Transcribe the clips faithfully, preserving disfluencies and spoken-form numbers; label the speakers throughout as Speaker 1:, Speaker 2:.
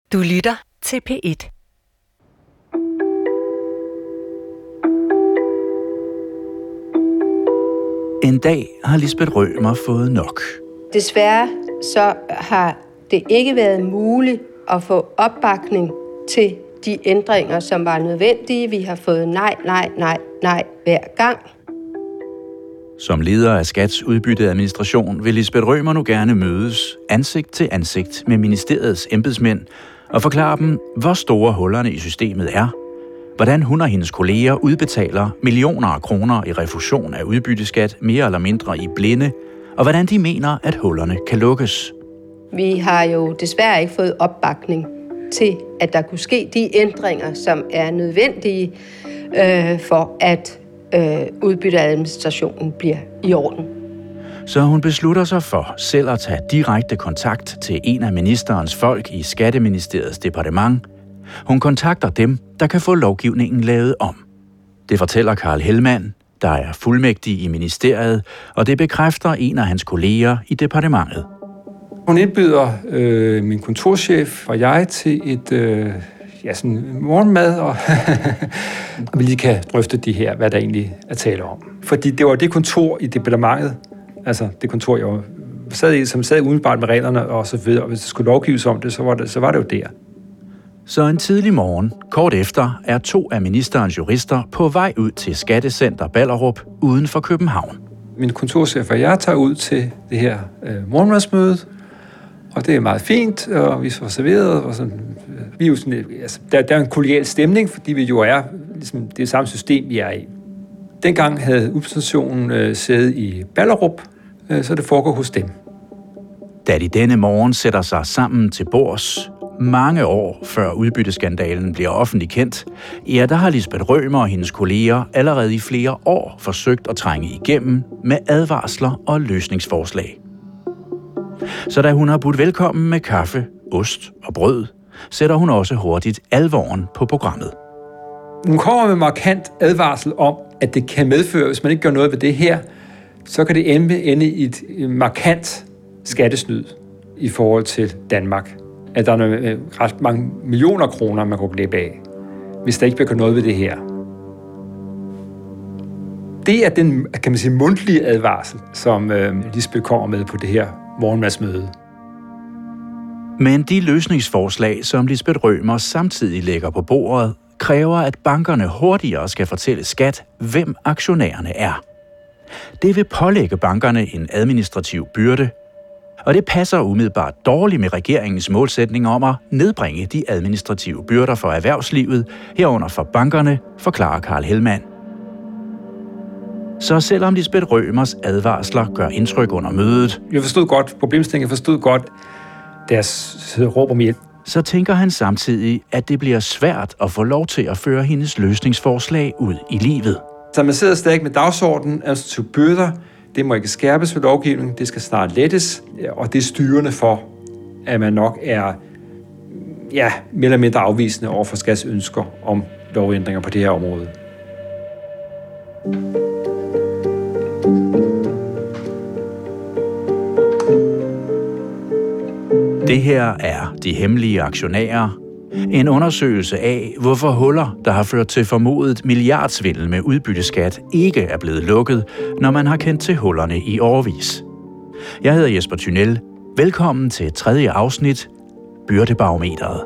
Speaker 1: Du lytter til P et.
Speaker 2: En dag har Lisbeth Rømer fået nok.
Speaker 3: Desværre så har det ikke været muligt at få opbakning til de ændringer, som var nødvendige. Vi har fået nej, nej, nej, nej hver gang.
Speaker 2: Som leder af Skats udbytteadministration vil Lisbeth Rømer nu gerne mødes ansigt til ansigt med ministeriets embedsmænd og forklare dem, hvor store hullerne i systemet er, hvordan hun og hendes kolleger udbetaler millioner af kroner i refusion af udbytteskat mere eller mindre i blinde, og hvordan de mener, at hullerne kan lukkes.
Speaker 3: Vi har jo desværre ikke fået opbakning til, at der kunne ske de ændringer, som er nødvendige øh, for, at øh, udbytteadministrationen bliver i orden.
Speaker 2: Så hun beslutter sig for selv at tage direkte kontakt til en af ministerens folk i Skatteministeriets departement. Hun kontakter dem, der kan få lovgivningen lavet om. Det fortæller Carl Hellmann, der er fuldmægtig i ministeriet, og det bekræfter en af hans kolleger i departementet.
Speaker 4: Hun indbyder øh, min kontorchef og jeg til et øh, ja, sådan morgenmad, og vi lige kan drøfte de her, hvad der egentlig er tale om. Fordi det var det kontor i departementet, altså det kontor, jeg sad i, som sad umiddelbart med reglerne og så videre, og hvis der skulle lovgives om det, så var det, så var det jo der.
Speaker 2: Så en tidlig morgen, kort efter, er to af ministerens jurister på vej ud til Skattecenter Ballerup uden for København.
Speaker 4: Min kontorchef og jeg tager ud til det her øh, morgenmadsmøde, og det er meget fint, og vi får serveret, og sådan, vi er jo sådan, altså, der, der er en kollegial stemning, fordi vi jo er ligesom, det samme system, vi er i. Dengang havde udbytteadministrationen øh, sæde i Ballerup, øh, så det foregår hos dem.
Speaker 2: Da de denne morgen sætter sig sammen til bords, mange år før udbytteskandalen bliver offentligt kendt, ja, der har Lisbeth Rømer og hendes kolleger allerede i flere år forsøgt at trænge igennem med advarsler og løsningsforslag. Så da hun har budt velkommen med kaffe, ost og brød, sætter hun også hurtigt alvoren på programmet.
Speaker 4: Hun kommer med markant advarsel om, at det kan medføre, hvis man ikke gør noget ved det her, så kan det ende i et markant skattesnyd i forhold til Danmark. At der er ret mange millioner kroner, man går glip af, hvis der ikke bliver gjort noget ved det her. Det er den, kan man sige, mundtlige advarsel, som øh, Lisbeth kommer med på det her morgenmadsmøde.
Speaker 2: Men de løsningsforslag, som Lisbeth Rømer samtidig lægger på bordet, kræver, at bankerne hurtigere skal fortælle skat, hvem aktionærerne er. Det vil pålægge bankerne en administrativ byrde, og det passer umiddelbart dårligt med regeringens målsætning om at nedbringe de administrative byrder for erhvervslivet, herunder for bankerne, forklarer Carl Hellmann. Så selvom Lisbeth Rømers advarsler gør indtryk under mødet,
Speaker 4: jeg forstod godt problemstillingen, jeg forstod godt deres råb om hjælp,
Speaker 2: så tænker han samtidig, at det bliver svært at få lov til at føre hendes løsningsforslag ud i livet.
Speaker 4: Så man sidder stadig med dagsordenen, administrative byrder, det må ikke skærpes ved lovgivningen, det skal snart lettes, og det er styrende for, at man nok er ja, mere eller mindre afvisende over for Skats ønsker om lovændringer på det her område.
Speaker 2: Det her er De Hemmelige Aktionærer. En undersøgelse af, hvorfor huller, der har ført til formodet milliardsvindel med udbytteskat, ikke er blevet lukket, når man har kendt til hullerne i årevis. Jeg hedder Jesper Thynel. Velkommen til tredje afsnit, Byrdebarometeret.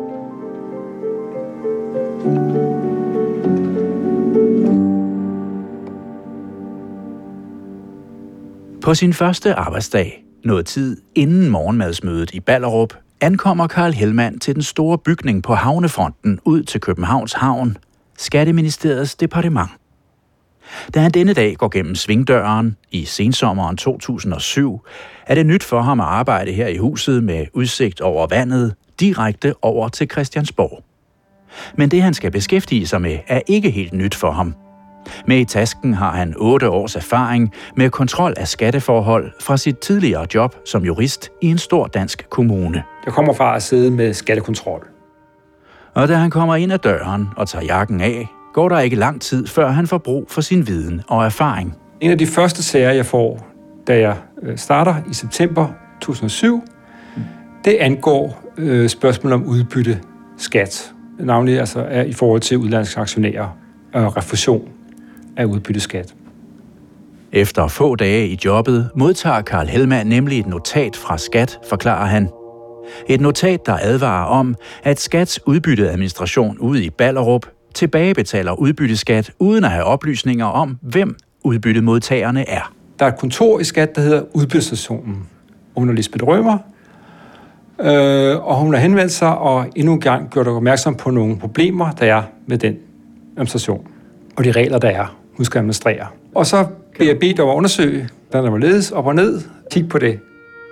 Speaker 2: På sin første arbejdsdag, noget tid inden morgenmadsmødet i Ballerup, ankommer Carl Hellmann til den store bygning på havnefronten ud til Københavns Havn, Skatteministeriets departement. Da han denne dag går gennem svingdøren i sensommeren to tusind og syv, er det nyt for ham at arbejde her i huset med udsigt over vandet, direkte over til Christiansborg. Men det, han skal beskæftige sig med, er ikke helt nyt for ham. Med i tasken har han otte års erfaring med kontrol af skatteforhold fra sit tidligere job som jurist i en stor dansk kommune.
Speaker 4: Jeg kommer fra at sidde med skattekontrol.
Speaker 2: Og da han kommer ind ad døren og tager jakken af, går der ikke lang tid, før han får brug for sin viden og erfaring.
Speaker 4: En af de første sager, jeg får, da jeg starter i september to tusind og syv, det angår øh, spørgsmålet om udbytte skat, navnlig altså er i forhold til udenlandske aktionærer og refusion af udbytteskat.
Speaker 2: Efter få dage i jobbet modtager Carl Hellmann nemlig et notat fra Skat, forklarer han. Et notat, der advarer om, at Skats udbytteadministration ude i Ballerup tilbagebetaler udbytteskat uden at have oplysninger om, hvem udbyttemodtagerne er.
Speaker 4: Der er et kontor i Skat, der hedder Udbyttestationen. Hun er Lisbeth Rømer, øh, og hun har henvendt sig og endnu en gang gjort opmærksom på nogle problemer, der er med den administration og de regler, der er, hun skal administrere. Og så bliver jeg bedt om at undersøge, hvordan der var ledes op og ned, kig på det.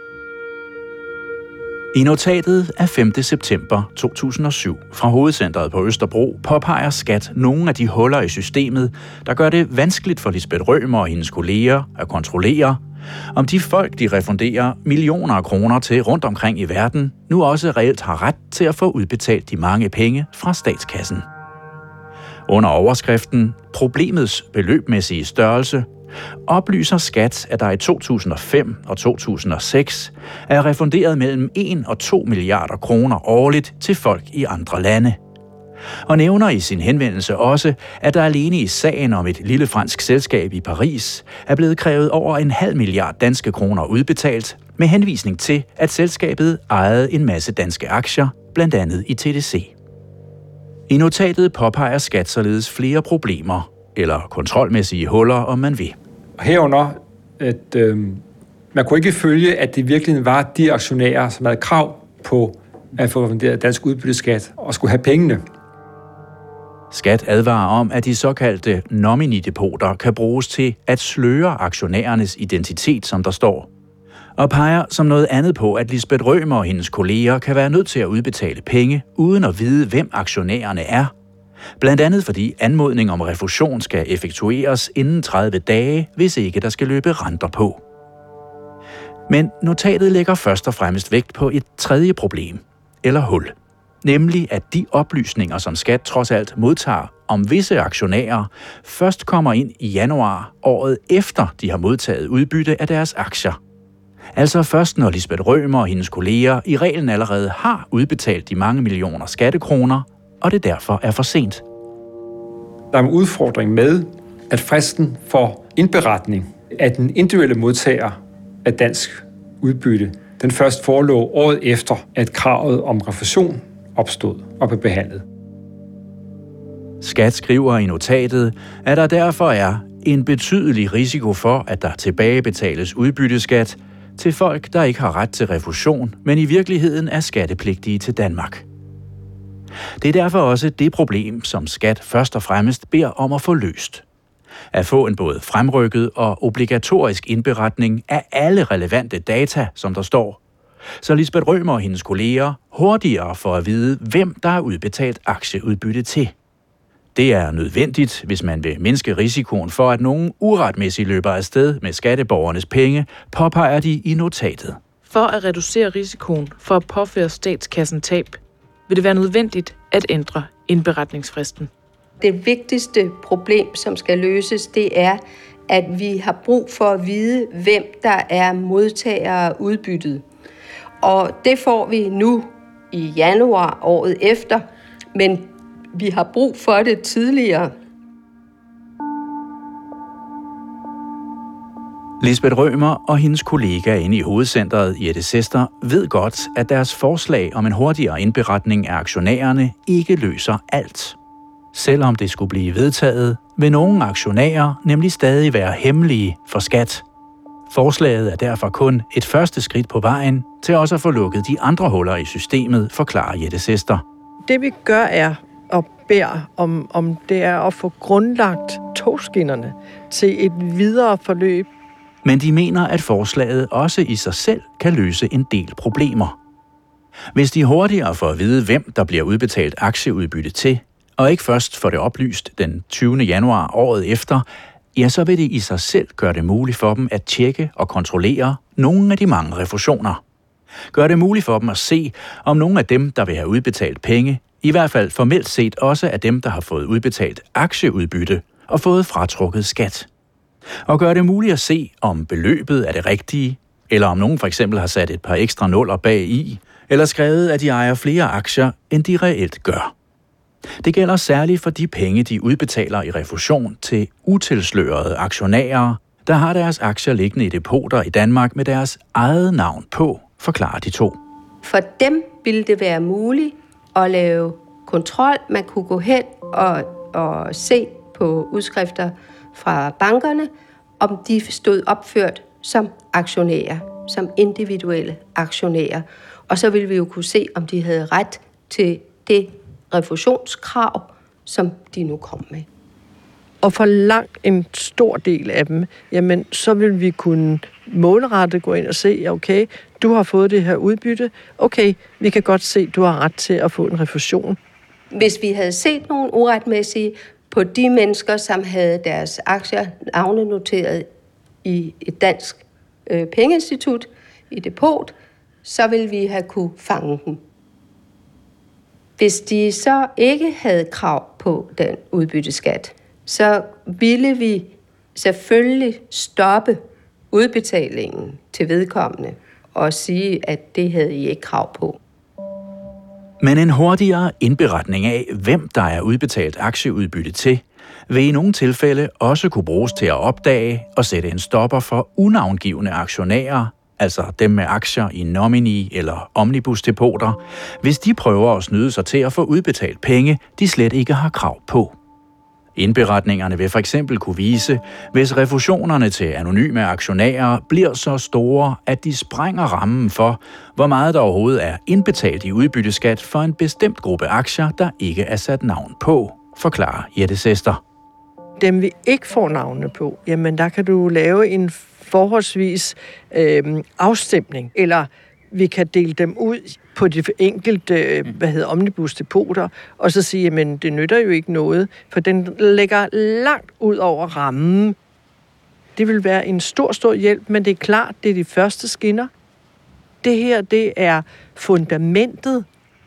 Speaker 2: I notatet af femte september to tusind og syv fra hovedcentret på Østerbro påpeger Skat nogle af de huller i systemet, der gør det vanskeligt for Lisbeth Rømer og hendes kolleger at kontrollere, om de folk, de refunderer millioner af kroner til rundt omkring i verden, nu også reelt har ret til at få udbetalt de mange penge fra statskassen. Under overskriften Problemets beløbmæssige størrelse oplyser Skat, at der i to tusind og fem og to tusind og seks er refunderet mellem en og to milliarder kroner årligt til folk i andre lande. Og nævner i sin henvendelse også, at der alene i sagen om et lille fransk selskab i Paris er blevet krævet over en halv milliard danske kroner udbetalt, med henvisning til, at selskabet ejede en masse danske aktier, blandt andet i T D C. I notatet påpeger Skat således flere problemer, eller kontrolmæssige huller, om man vil.
Speaker 4: Herunder, at øh, man kunne ikke følge, at det virkelig var de aktionærer, som havde krav på at få refunderet dansk udbytteskat og skulle have pengene.
Speaker 2: Skat advarer om, at de såkaldte nominidepoter kan bruges til at sløre aktionærernes identitet, som der står, og peger som noget andet på, at Lisbeth Rømer og hendes kolleger kan være nødt til at udbetale penge, uden at vide, hvem aktionærerne er. Blandt andet fordi anmodning om refusion skal effektueres inden tredive dage, hvis ikke der skal løbe renter på. Men notatet lægger først og fremmest vægt på et tredje problem, eller hul. Nemlig at de oplysninger, som Skat trods alt modtager om visse aktionærer, først kommer ind i januar året efter de har modtaget udbytte af deres aktier. Altså først når Lisbeth Rømer og hendes kolleger i reglen allerede har udbetalt de mange millioner skattekroner, og det derfor er for sent.
Speaker 4: Der er en udfordring med, at fristen for indberetning af den individuelle modtager af dansk udbytte, den først forelå året efter, at kravet om refusion opstod og blev behandlet.
Speaker 2: Skat skriver i notatet, at der derfor er en betydelig risiko for, at der tilbagebetales udbytteskat til folk, der ikke har ret til refusion, men i virkeligheden er skattepligtige til Danmark. Det er derfor også det problem, som Skat først og fremmest beder om at få løst. At få en både fremrykket og obligatorisk indberetning af alle relevante data, som der står, så Lisbeth Rømer og hendes kolleger hurtigere får at vide, hvem der er udbetalt aktieudbytte til. Det er nødvendigt, hvis man vil mindske risikoen for, at nogen uretmæssigt løber afsted med skatteborgernes penge, påpeger de i notatet.
Speaker 1: For at reducere risikoen for at påføre statskassen tab, vil det være nødvendigt at ændre indberetningsfristen.
Speaker 3: Det vigtigste problem, som skal løses, det er, at vi har brug for at vide, hvem der er modtagere af udbyttet. Og det får vi nu i januar året efter, men vi har brug for det tidligere.
Speaker 2: Lisbeth Rømer og hendes kollega inde i hovedcentret Jette Sester ved godt, at deres forslag om en hurtigere indberetning af aktionærerne ikke løser alt. Selvom det skulle blive vedtaget, vil nogle aktionærer nemlig stadig være hemmelige for Skat. Forslaget er derfor kun et første skridt på vejen til også at få lukket de andre huller i systemet, forklarer Jette Sester.
Speaker 5: Det vi gør er at bede om, om det er at få grundlagt togskinnerne til et videre forløb.
Speaker 2: Men de mener, at forslaget også i sig selv kan løse en del problemer. Hvis de hurtigere får at vide, hvem der bliver udbetalt aktieudbytte til, og ikke først får det oplyst den tyvende januar året efter, ja, så vil det i sig selv gøre det muligt for dem at tjekke og kontrollere nogle af de mange refusioner. Gør det muligt for dem at se, om nogle af dem, der vil have udbetalt penge, i hvert fald formelt set også af dem, der har fået udbetalt aktieudbytte og fået fratrukket skat. Og gør det muligt at se, om beløbet er det rigtige, eller om nogen for eksempel har sat et par ekstra nuller bag i, eller skrevet, at de ejer flere aktier, end de reelt gør. Det gælder særligt for de penge, de udbetaler i refusion til utilslørede aktionærer, der har deres aktier liggende i depoter i Danmark med deres eget navn på, forklarer de to.
Speaker 3: For dem ville det være muligt at lave kontrol. Man kunne gå hen og, og se på udskrifter fra bankerne, om de stod opført som aktionærer, som individuelle aktionærer. Og så ville vi jo kunne se, om de havde ret til det refusionskrav, som de nu kom med.
Speaker 5: Og for langt en stor del af dem, jamen så vil vi kunne målrettet gå ind og se, okay, du har fået det her udbytte, okay, vi kan godt se, du har ret til at få en refusion.
Speaker 3: Hvis vi havde set nogle uretmæssige på de mennesker, som havde deres aktier navnenoteret i et dansk øh, pengeinstitut, i depot, så ville vi have kunne fange dem. Hvis de så ikke havde krav på den udbytteskat, så ville vi selvfølgelig stoppe udbetalingen til vedkommende og sige, at det havde I ikke krav på.
Speaker 2: Men en hurtigere indberetning af, hvem der er udbetalt aktieudbytte til, vil i nogle tilfælde også kunne bruges til at opdage og sætte en stopper for unavngivne aktionærer, altså dem med aktier i nomini- eller omnibusdepoter, hvis de prøver at snyde sig til at få udbetalt penge, de slet ikke har krav på. Indberetningerne vil for eksempel kunne vise, hvis refusionerne til anonyme aktionærer bliver så store, at de sprænger rammen for, hvor meget der overhovedet er indbetalt i udbytteskat for en bestemt gruppe aktier, der ikke er sat navn på, forklarer Jette Sester.
Speaker 5: Dem vi ikke får navnene på, jamen der kan du lave en forholdsvis øh, afstemning, eller vi kan dele dem ud på de enkelte hvad hedder, omnibusdepoter, og så sige, men det nytter jo ikke noget, for den lægger langt ud over rammen. Det vil være en stor, stor hjælp, men det er klart, det er de første skinner. Det her, det er fundamentet.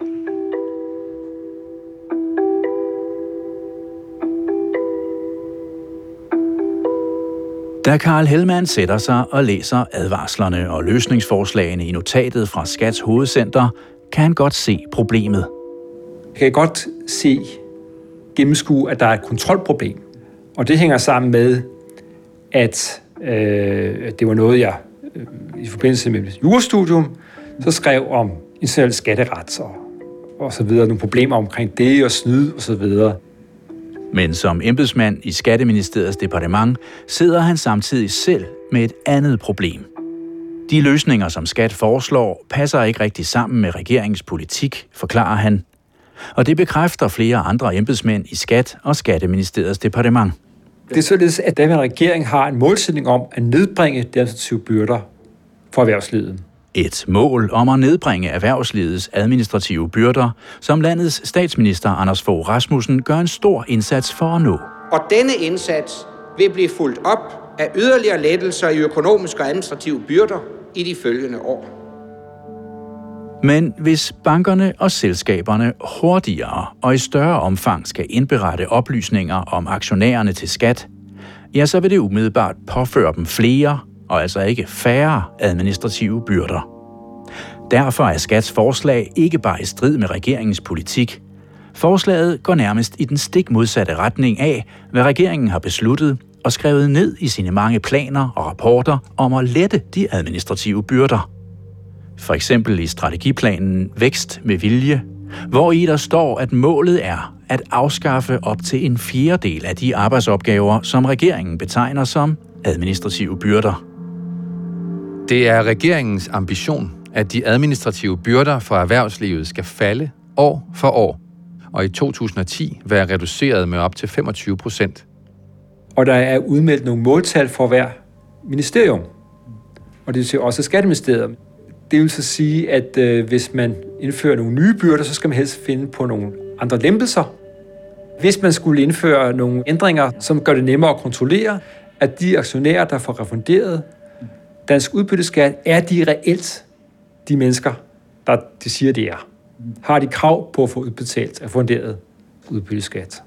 Speaker 2: Da Carl Hellmann sætter sig og læser advarslerne og løsningsforslagene i notatet fra Skats hovedcenter, kan han godt se problemet.
Speaker 4: Jeg kan godt se, gennemskue, at der er et kontrolproblem. Og det hænger sammen med, at øh, det var noget, jeg øh, i forbindelse med mit jurastudium, så skrev om international skatteret og, og så videre, nogle problemer omkring det og snyd og så videre.
Speaker 2: Men som embedsmand i Skatteministeriets departement sidder han samtidig selv med et andet problem. De løsninger, som Skat foreslår, passer ikke rigtig sammen med regeringens politik, forklarer han. Og det bekræfter flere andre embedsmænd i Skat og Skatteministeriets departement.
Speaker 4: Det er således, at den regering har en målsætning om at nedbringe de administrative byrder for erhvervslivet.
Speaker 2: Et mål om at nedbringe erhvervslivets administrative byrder, som landets statsminister Anders Fogh Rasmussen gør en stor indsats for at nå.
Speaker 6: Og denne indsats vil blive fulgt op af yderligere lettelser i økonomiske og administrative byrder i de følgende år.
Speaker 2: Men hvis bankerne og selskaberne hurtigere og i større omfang skal indberette oplysninger om aktionærerne til Skat, ja, så vil det umiddelbart påføre dem flere og altså ikke færre administrative byrder. Derfor er Skats forslag ikke bare i strid med regeringens politik. Forslaget går nærmest i den stik modsatte retning af, hvad regeringen har besluttet og skrevet ned i sine mange planer og rapporter om at lette de administrative byrder. For eksempel i strategiplanen Vækst med vilje, hvor i der står, at målet er at afskaffe op til en fjerdedel af de arbejdsopgaver, som regeringen betegner som administrative byrder.
Speaker 7: Det er regeringens ambition, at de administrative byrder for erhvervslivet skal falde år for år, og i to tusind og ti være reduceret med op til femogtyve procent.
Speaker 4: Og der er udmeldt nogle måltal for hver ministerium, og det er også Skatteministeriet. Det vil så sige, at øh, hvis man indfører nogle nye byrder, så skal man helst finde på nogle andre lempelser. Hvis man skulle indføre nogle ændringer, som gør det nemmere at kontrollere, at de aktionærer, der får refunderet dansk udbytteskat, er de reelt de mennesker, der de siger, det er. Har de krav på at få udbetalt refunderet udbytteskat?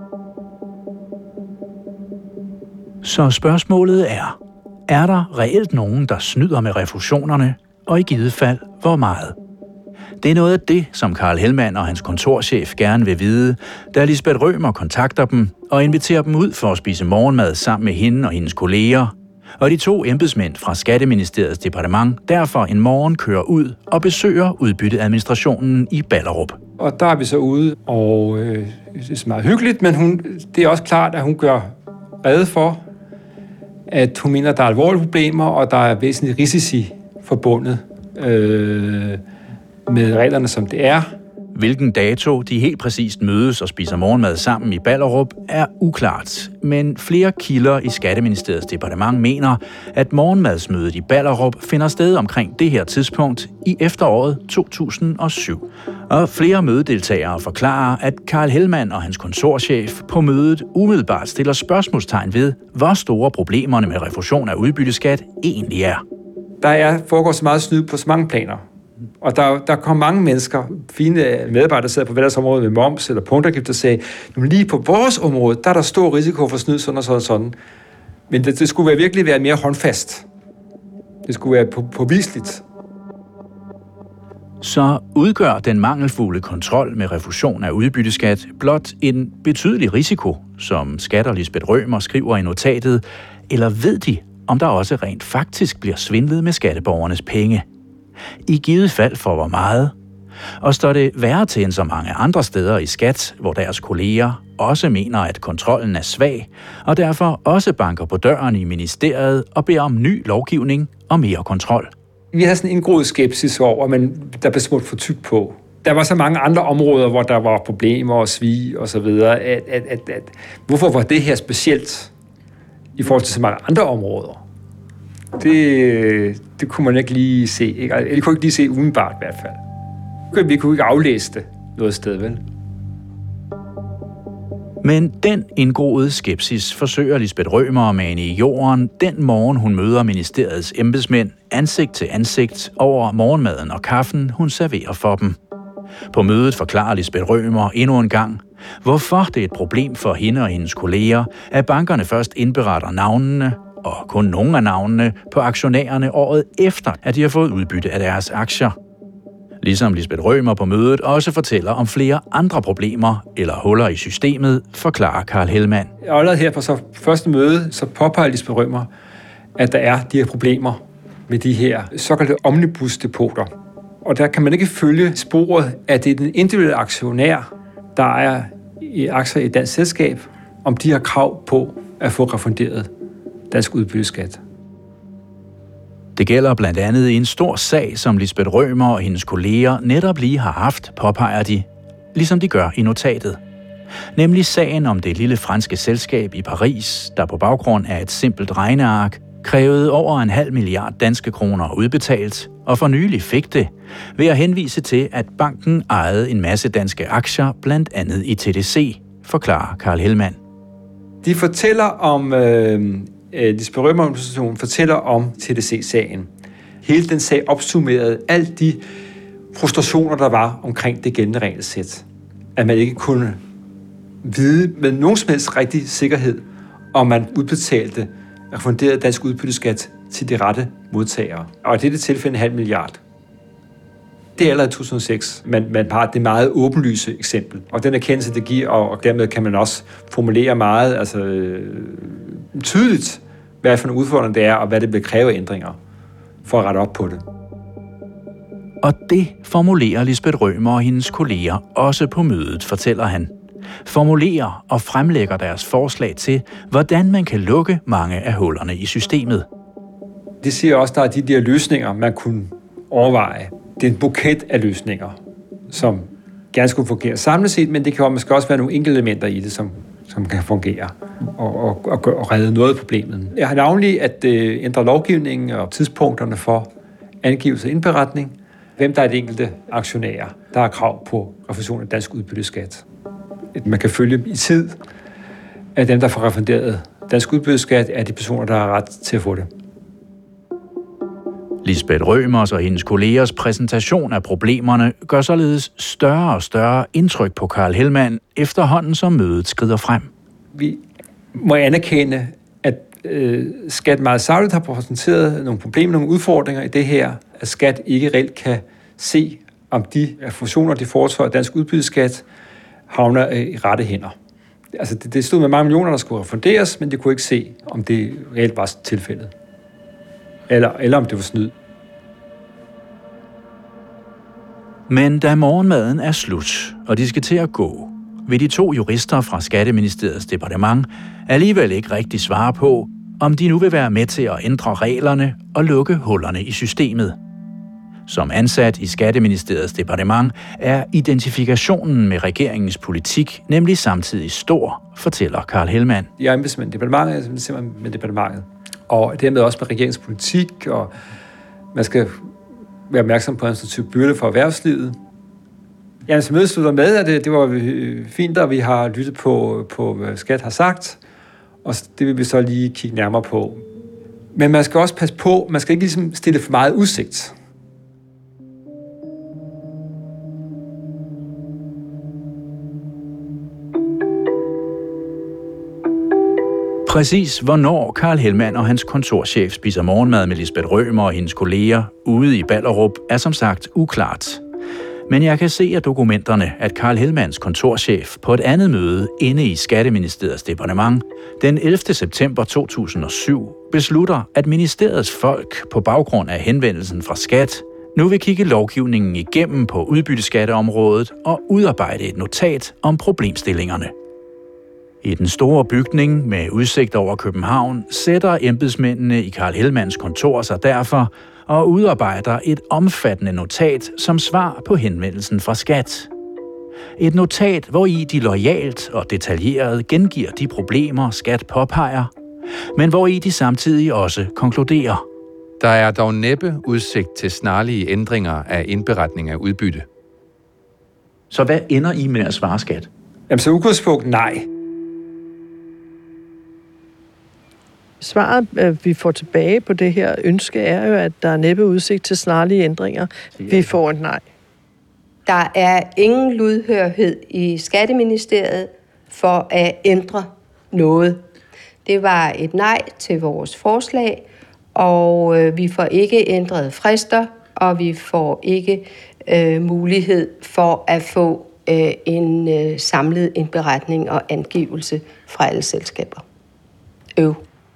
Speaker 2: Så spørgsmålet er, er der reelt nogen, der snyder med refusionerne, og i givet fald, hvor meget? Det er noget af det, som Karl Hellmann og hans kontorchef gerne vil vide, da Lisbeth Rømer kontakter dem og inviterer dem ud for at spise morgenmad sammen med hende og hendes kolleger. Og de to embedsmænd fra Skatteministeriets departement derfor en morgen kører ud og besøger udbytteadministrationen i Ballerup.
Speaker 4: Og der er vi så ude, og øh, det er meget hyggeligt, men hun, det er også klart, at hun gør rede for, at hun mener, at der er alvorlige problemer, og der er væsentlige risici forbundet øh, med reglerne, som det er.
Speaker 2: Hvilken dato de helt præcist mødes og spiser morgenmad sammen i Ballerup, er uklart. Men flere kilder i Skatteministeriets departement mener, at morgenmadsmødet i Ballerup finder sted omkring det her tidspunkt i efteråret to tusind og syv. Og flere mødedeltagere forklarer, at Karl Hellmann og hans kontorchef på mødet umiddelbart stiller spørgsmålstegn ved, hvor store problemerne med refusion af udbytteskat egentlig er.
Speaker 4: Der er foregår så meget snyd på så mange planer. Og der, der kom mange mennesker, fine medarbejdere, der sad på velfærdsområdet med moms eller punktafgift, der sagde, lige på vores område, der er der stor risiko for snyd, sådan og sådan og sådan. Men det, det skulle være, virkelig være mere håndfast. Det skulle være på, påviseligt.
Speaker 2: Så udgør den mangelfulde kontrol med refusion af udbytteskat blot en betydelig risiko, som Skat og Lisbeth Rømer skriver i notatet, eller ved de, om der også rent faktisk bliver svindlet med skatteborgernes penge? I givet fald for hvor meget? Og står det værre til end så mange andre steder i Skat, hvor deres kolleger også mener, at kontrollen er svag, og derfor også banker på døren i ministeriet og beder om ny lovgivning og mere kontrol?
Speaker 4: Vi havde sådan en indgroet skepsis over, men der blev smurt for tyk på. Der var så mange andre områder, hvor der var problemer og svig og så videre. At, at, at, at, hvorfor var det her specielt i forhold til så mange andre områder? Det, det kunne man ikke lige se. Ikke? Det kunne ikke lige se umiddelbart i hvert fald. Vi kunne ikke aflæse det noget sted, vel?
Speaker 2: Men den indgroede skepsis forsøger Lisbeth Rømer at mane i jorden den morgen, hun møder ministeriets embedsmænd ansigt til ansigt over morgenmaden og kaffen, hun serverer for dem. På mødet forklarer Lisbeth Rømer endnu en gang, hvorfor det er et problem for hende og hendes kolleger, at bankerne først indberetter navnene, og kun nogle af navnene, på aktionærerne året efter, at de har fået udbytte af deres aktier. Ligesom Lisbeth Rømer på mødet også fortæller om flere andre problemer eller huller i systemet, forklarer Karl Hellmann.
Speaker 4: Allerede her på så første møde, så påpeger Lisbeth Rømer, at der er de her problemer med de her såkaldte omnibusdepoter. Og der kan man ikke følge sporet, at det er den individuelle aktionær, der er i aktier i et dansk selskab, om de har krav på at få refunderet dansk udbytteskat.
Speaker 2: Det gælder blandt andet i en stor sag, som Lisbeth Rømer og hendes kolleger netop lige har haft, påpeger de, ligesom de gør i notatet. Nemlig sagen om det lille franske selskab i Paris, der på baggrund af et simpelt regneark krævede over en halv milliard danske kroner udbetalt, og for nylig fik det, ved at henvise til, at banken ejede en masse danske aktier, blandt andet i T D C, forklarer Karl Hellmann.
Speaker 4: De fortæller om, øh, Lisbeth Rømer-organisationen fortæller om T D C-sagen. Hele den sag opsummerede alle de frustrationer, der var omkring det gældende regelsæt. At man ikke kunne vide med nogen som helst rigtig sikkerhed, om man udbetalte refunderet dansk udbytteskat til de rette modtagere. Og i dette tilfælde en halv milliard. Det er allerede i to tusind og seks, men man har det meget åbenlyse eksempel. Og den erkendelse, det giver, og dermed kan man også formulere meget altså, øh, tydeligt, hvad for en udfordring det er, og hvad det vil kræve ændringer for at rette op på det.
Speaker 2: Og det formulerer Lisbeth Rømer og hendes kolleger også på mødet, fortæller han. Formulerer og fremlægger deres forslag til, hvordan man kan lukke mange af hullerne i systemet.
Speaker 4: Det siger også, at der er de der løsninger, man kunne overveje. Det er en buket af løsninger, som gerne skulle fungere samlet set, men det kan måske også være nogle enkelte elementer i det, som, som kan fungere og, og, og, og redde noget af problemet. Jeg har navnlig at øh, ændre lovgivningen og tidspunkterne for angivelse og indberetning. Hvem der er de enkelte aktionærer, der har krav på refusion af dansk udbytteskat. Man kan følge i tid, at dem, der får refunderet dansk udbytteskat, er de personer, der har ret til at få det.
Speaker 2: Lisbeth Rømers og hendes kollegers præsentation af problemerne gør således større og større indtryk på Karl Hellmann efterhånden, som mødet skrider frem.
Speaker 4: Vi må anerkende, at øh, Skat meget sagligt har præsenteret nogle problemer, nogle udfordringer i det her, at Skat ikke reelt kan se om de fusioner, de foretager af dansk udbytteskat, havner i rette hænder. Altså, det, det stod med mange millioner, der skulle refunderes, men de kunne ikke se, om det reelt var tilfældet. Eller, eller om det var snyd.
Speaker 2: Men da morgenmaden er slut, og de skal til at gå, vil de to jurister fra Skatteministeriets departement alligevel ikke rigtig svare på, om de nu vil være med til at ændre reglerne og lukke hullerne i systemet. Som ansat i Skatteministeriets departement er identifikationen med regeringens politik nemlig samtidig stor, fortæller Carl Hellmann.
Speaker 4: Jeg er embedsmand i departementet, jeg er simpelthen med departementet. Og dermed også med regeringens politik, og man skal være opmærksom på administrativ byrde for erhvervslivet. Jamen, så mødet slutter med, at det, det var fint, at vi har lyttet på, på, hvad Skat har sagt, og det vil vi så lige kigge nærmere på. Men man skal også passe på, man skal ikke ligesom stille for meget udsigt.
Speaker 2: Præcis hvornår Carl Hellmann og hans kontorchef spiser morgenmad med Lisbeth Rømer og hendes kolleger ude i Ballerup er som sagt uklart. Men jeg kan se af dokumenterne, at Carl Hellmanns kontorchef på et andet møde inde i Skatteministeriets departement den ellevte september to tusind og syv beslutter, at ministeriets folk på baggrund af henvendelsen fra Skat nu vil kigge lovgivningen igennem på udbytteskatteområdet og udarbejde et notat om problemstillingerne. I den store bygning med udsigt over København sætter embedsmændene i Carl Hellmanns kontor sig derfor og udarbejder et omfattende notat som svar på henvendelsen fra Skat. Et notat, hvori de loyalt og detaljeret gengiver de problemer, Skat påpeger, men hvori de samtidig også konkluderer.
Speaker 7: Der er dog næppe udsigt til snarlige ændringer af indberetning af udbytte.
Speaker 2: Så hvad ender I med at svare Skat?
Speaker 4: Jamen, så udgangspunkt nej.
Speaker 5: Svaret, vi får tilbage på det her ønske, er jo, at der er næppe udsigt til snarlige ændringer. Vi får et nej.
Speaker 3: Der er ingen lydhørhed i Skatteministeriet for at ændre noget. Det var et nej til vores forslag, og vi får ikke ændret frister, og vi får ikke øh, mulighed for at få øh, en øh, samlet indberetning og angivelse fra alle selskaber. Øv.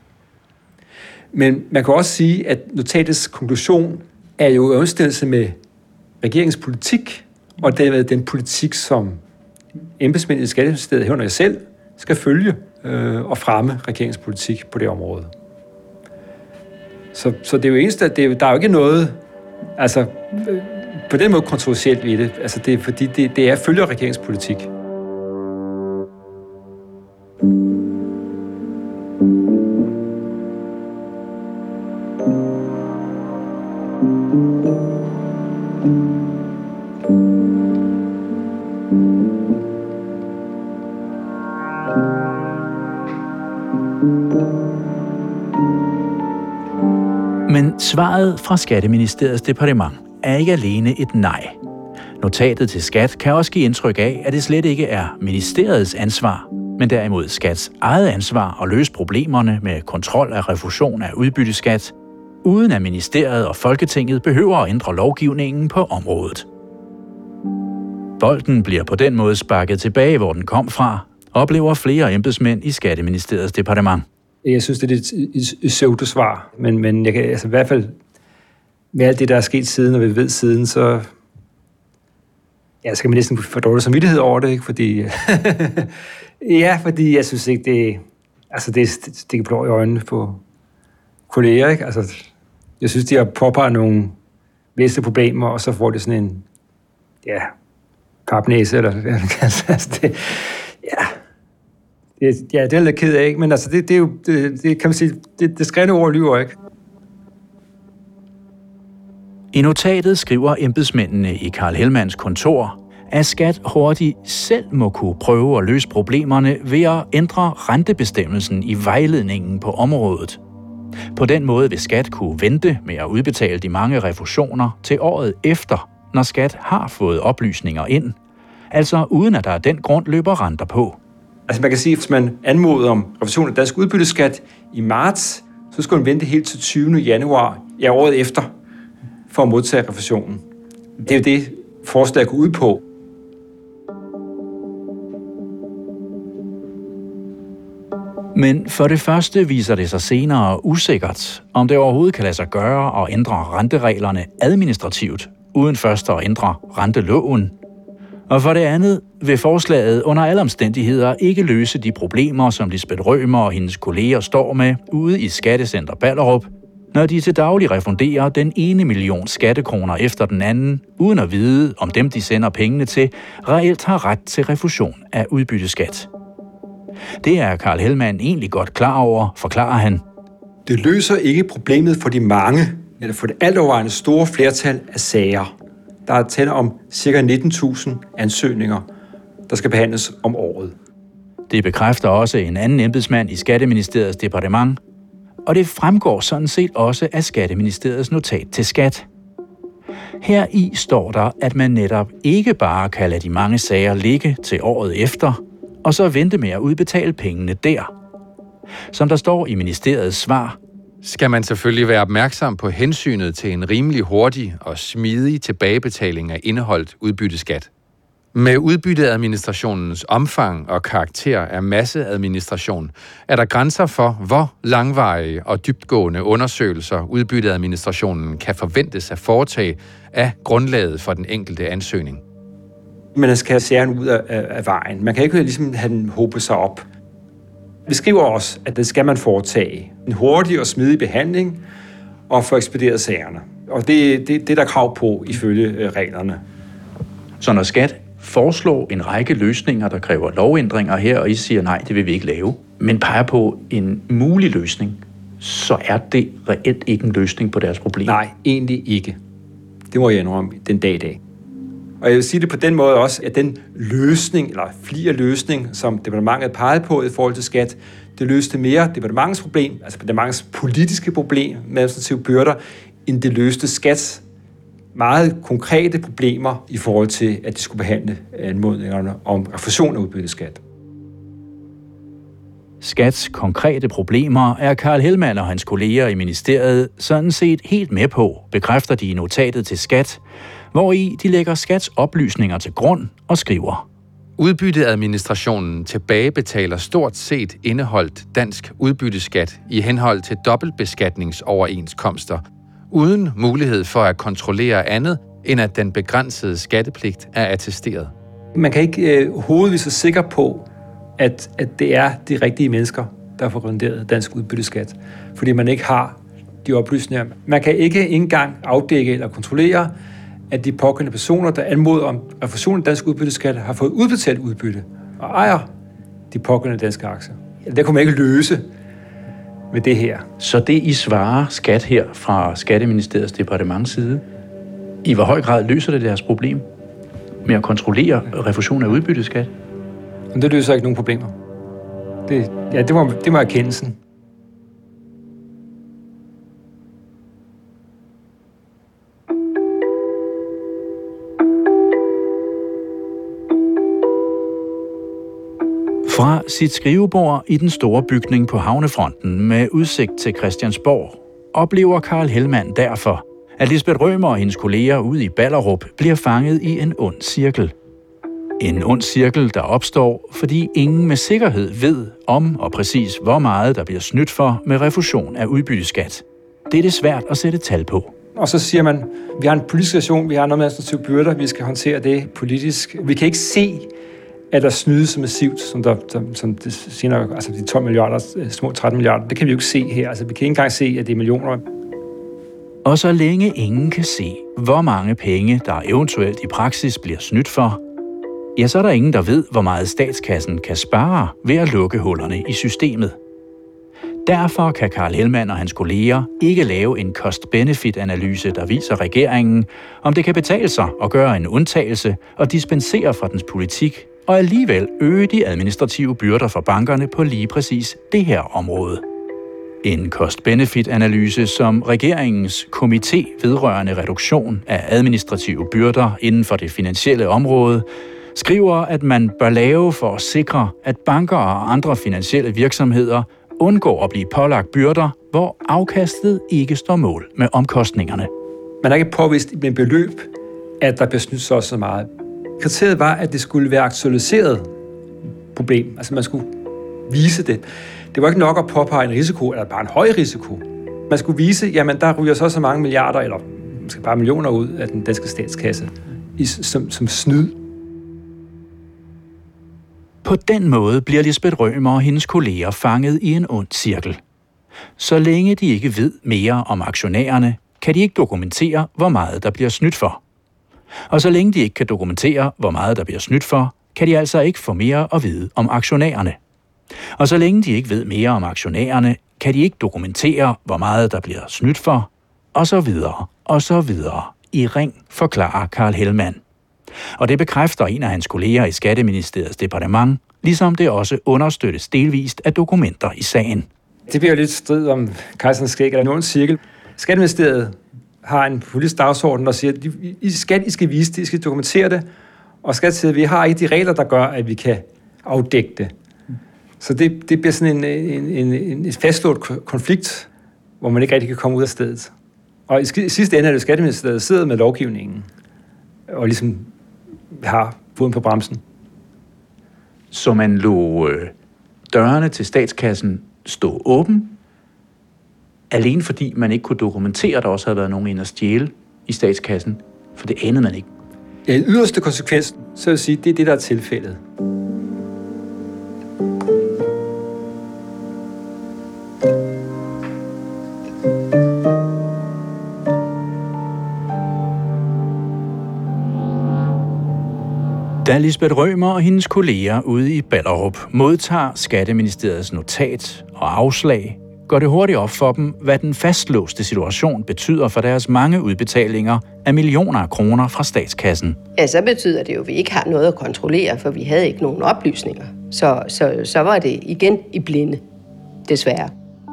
Speaker 4: Men man kan også sige, at notatets konklusion er jo i overensstemmelse med regeringens politik, og dermed den politik, som embedsmændene i Skatteministeriet, herunder jeg selv, skal følge øh, og fremme regeringens politik på det område. Så, så det er jo eneste, at det er, der er jo ikke noget, altså øh, på den måde kontroversielt i det, altså det er fordi det, det er følger regeringens politik.
Speaker 2: Men svaret fra Skatteministeriets departement er ikke alene et nej. Notatet til Skat kan også give indtryk af, at det slet ikke er ministeriets ansvar, men derimod Skats eget ansvar at løse problemerne med kontrol af refusion af udbytteskat, uden at ministeriet og Folketinget behøver at ændre lovgivningen på området. Bolden bliver på den måde sparket tilbage, hvor den kom fra, oplever flere embedsmænd i Skatteministeriets departement.
Speaker 4: Jeg synes, det er et pseudosvar, men, men jeg kan, altså, i hvert fald med alt det, der er sket siden, og vi ved siden, så ja, skal man næsten få dårlig samvittighed over det, ikke? Fordi, ja, fordi jeg synes ikke, det, altså, det, det kan blå i øjnene på kolleger, ikke? Altså, jeg synes, de har påpeget nogle væsentlige problemer, og så får de sådan en, ja, papnæse, eller hvad man kan sige. Altså, det, ja, det, ja, det er lidt ked af, ikke? Men altså, det, det er jo, det, det kan man sige, det, det skrevne ord lyver, ikke?
Speaker 2: I notatet skriver embedsmændene i Carl Hellmanns kontor, at Skat hurtigt selv må kunne prøve at løse problemerne ved at ændre rentebestemmelsen i vejledningen på området. På den måde vil Skat kunne vente med at udbetale de mange refusioner til året efter, når Skat har fået oplysninger ind, altså uden at der af den grund løber renter på.
Speaker 4: Altså man kan sige, at hvis man anmoder om refusion af dansk udbytteskat i marts, så skal man vente helt til tyvende januar, ja, året efter, for at modtage refusionen. Det er jo det, forslag går ud på.
Speaker 2: Men for det første viser det sig senere usikkert, om det overhovedet kan lade sig gøre at ændre rentereglerne administrativt, uden først at ændre renteloven. Og for det andet vil forslaget under alle omstændigheder ikke løse de problemer, som Lisbeth Rømer og hendes kolleger står med ude i Skattecenter Ballerup, når de til daglig refunderer den ene million skattekroner efter den anden, uden at vide, om dem de sender pengene til, reelt har ret til refusion af udbytteskat. Det er Carl Hellmann egentlig godt klar over, forklarer han.
Speaker 4: Det løser ikke problemet for de mange, eller for det altovervejende store flertal af sager. Der er tale om ca. nitten tusind ansøgninger, der skal behandles om året.
Speaker 2: Det bekræfter også en anden embedsmand i Skatteministeriets departement, og det fremgår sådan set også af Skatteministeriets notat til skat. Her i står der, at man netop ikke bare kan lade de mange sager ligge til året efter, og så vente med at udbetale pengene der. Som der står i ministeriets svar,
Speaker 7: skal man selvfølgelig være opmærksom på hensynet til en rimelig hurtig og smidig tilbagebetaling af indeholdt udbytteskat. Med udbytteadministrationens omfang og karakter af masseadministration er der grænser for, hvor langvarige og dybtgående undersøgelser udbytteadministrationen kan forventes at foretage af grundlaget for den enkelte ansøgning.
Speaker 4: Man skal have sagerne ud af, af vejen. Man kan ikke ligesom have den håbe sig op. Vi skriver også, at det skal man foretage en hurtig og smidig behandling og få ekspederet sagerne. Og det, det, det er der krav på ifølge reglerne.
Speaker 2: Så når skat foreslår en række løsninger, der kræver lovændringer her, og I siger nej, det vil vi ikke lave, men peger på en mulig løsning, så er det reelt ikke en løsning på deres problem.
Speaker 4: Nej, egentlig ikke. Det må jeg indrømme den dag i dag. Og jeg vil sige det på den måde også, at den løsning, eller flere løsning, som departementet pegede på i forhold til skat, det løste mere departementets problem, altså departementets politiske problem med administrative byrder, end det løste skats meget konkrete problemer i forhold til, at de skulle behandle anmodningerne om refusion af udbytteskat.
Speaker 2: Skats konkrete problemer er Carl Hellmann og hans kolleger i ministeriet sådan set helt med på, bekræfter de i notatet til skat, hvori de lægger skats oplysninger til grund og skriver:
Speaker 7: Udbytteadministrationen tilbagebetaler stort set indeholdt dansk udbytteskat i henhold til dobbeltbeskatningsoverenskomster, uden mulighed for at kontrollere andet, end at den begrænsede skattepligt er attesteret.
Speaker 4: Man kan ikke øh, hovedvis være sikker på, at, at det er de rigtige mennesker, der får renderet dansk udbytteskat, fordi man ikke har de oplysninger. Man kan ikke engang afdække eller kontrollere, at de pågældende personer, der anmoder om refusion af dansk udbytteskat, har fået udbetalt udbytte og ejer de pågældende danske aktier. Det kunne man ikke løse med det her.
Speaker 2: Så det, I svarer skat her fra Skatteministeriets departements side, i hvor høj grad løser det deres problem med at kontrollere refusion af udbytteskat?
Speaker 4: Men det løser ikke nogen problemer. Det, ja, det må, det må erkendelsen.
Speaker 2: Fra sit skrivebord i den store bygning på havnefronten med udsigt til Christiansborg, oplever Carl Hellmann derfor, at Lisbeth Rømer og hendes kolleger ude i Ballerup bliver fanget i en ond cirkel. En ond cirkel, der opstår, fordi ingen med sikkerhed ved om og præcis hvor meget der bliver snydt for med refusion af udbytteskat. Det er det svært at sætte tal på.
Speaker 4: Og så siger man, vi har en politisk situation, vi har noget med administrative byrder, vi skal håndtere det politisk. Vi kan ikke se, at der snydes så massivt, som, der, som det senere, altså de tolv milliarder, små tretten milliarder. Det kan vi jo ikke se her. Altså, vi kan ikke engang se, at det er millioner.
Speaker 2: Og så længe ingen kan se, hvor mange penge, der eventuelt i praksis bliver snydt for, ja, så er der ingen, der ved, hvor meget statskassen kan spare ved at lukke hullerne i systemet. Derfor kan Carl Hellmann og hans kolleger ikke lave en cost-benefit-analyse, der viser regeringen, om det kan betale sig at gøre en undtagelse og dispensere fra dens politik, og alligevel øge de administrative byrder for bankerne på lige præcis det her område. En cost-benefit-analyse, som regeringens komité vedrørende reduktion af administrative byrder inden for det finansielle område, skriver, at man bør lave for at sikre, at banker og andre finansielle virksomheder undgår at blive pålagt byrder, hvor afkastet ikke står mål med omkostningerne.
Speaker 4: Man har ikke påvist med beløb, at der bliver snydt så så meget. Kriteriet var, at det skulle være aktualiseret problem. Altså man skulle vise det. Det var ikke nok at påpege en risiko, eller bare en høj risiko. Man skulle vise, jamen der ryger så så mange milliarder, eller måske bare millioner ud af den danske statskasse, som, som snyd.
Speaker 2: På den måde bliver Lisbeth Rømer og hendes kolleger fanget i en ond cirkel. Så længe de ikke ved mere om aktionærerne, kan de ikke dokumentere, hvor meget der bliver snydt for. Og så længe de ikke kan dokumentere, hvor meget der bliver snydt for, kan de altså ikke få mere at vide om aktionærerne. Og så længe de ikke ved mere om aktionærerne, kan de ikke dokumentere, hvor meget der bliver snydt for, og så videre, og så videre. I ring, forklarer Carl Hellmann. Og det bekræfter en af hans kolleger i Skatteministeriets departement, ligesom det også understøttes delvist af dokumenter i sagen.
Speaker 4: Det bliver jo lidt strid om kejserens skæg eller nogen cirkel. Skatteministeriet har en politisk dagsorden, der siger, at I skal, I skal vise det, I skal dokumentere det, og skat siger, at vi har ikke de regler, der gør, at vi kan afdække det. Så det, det bliver sådan en, en, en, en fastslået konflikt, hvor man ikke rigtig kan komme ud af stedet. Og i sidste ende er det Skatteministeriet, der sidder med lovgivningen, og ligesom har foden på bremsen.
Speaker 2: Så man lå øh, dørene til statskassen stå åben, alene fordi man ikke kunne dokumentere, at der også havde været nogen ind at stjæle i statskassen, for det anede man ikke.
Speaker 4: Ja, i yderste konsekvens, så vil jeg sige, det er det, der er tilfældet.
Speaker 2: Da Lisbeth Rømer og hendes kolleger ude i Ballerup modtager Skatteministeriets notat og afslag, går det hurtigt op for dem, hvad den fastlåste situation betyder for deres mange udbetalinger af millioner af kroner fra statskassen.
Speaker 3: Ja, så betyder det jo, at vi ikke har noget at kontrollere, for vi havde ikke nogen oplysninger. Så, så, så var det igen i blinde, desværre.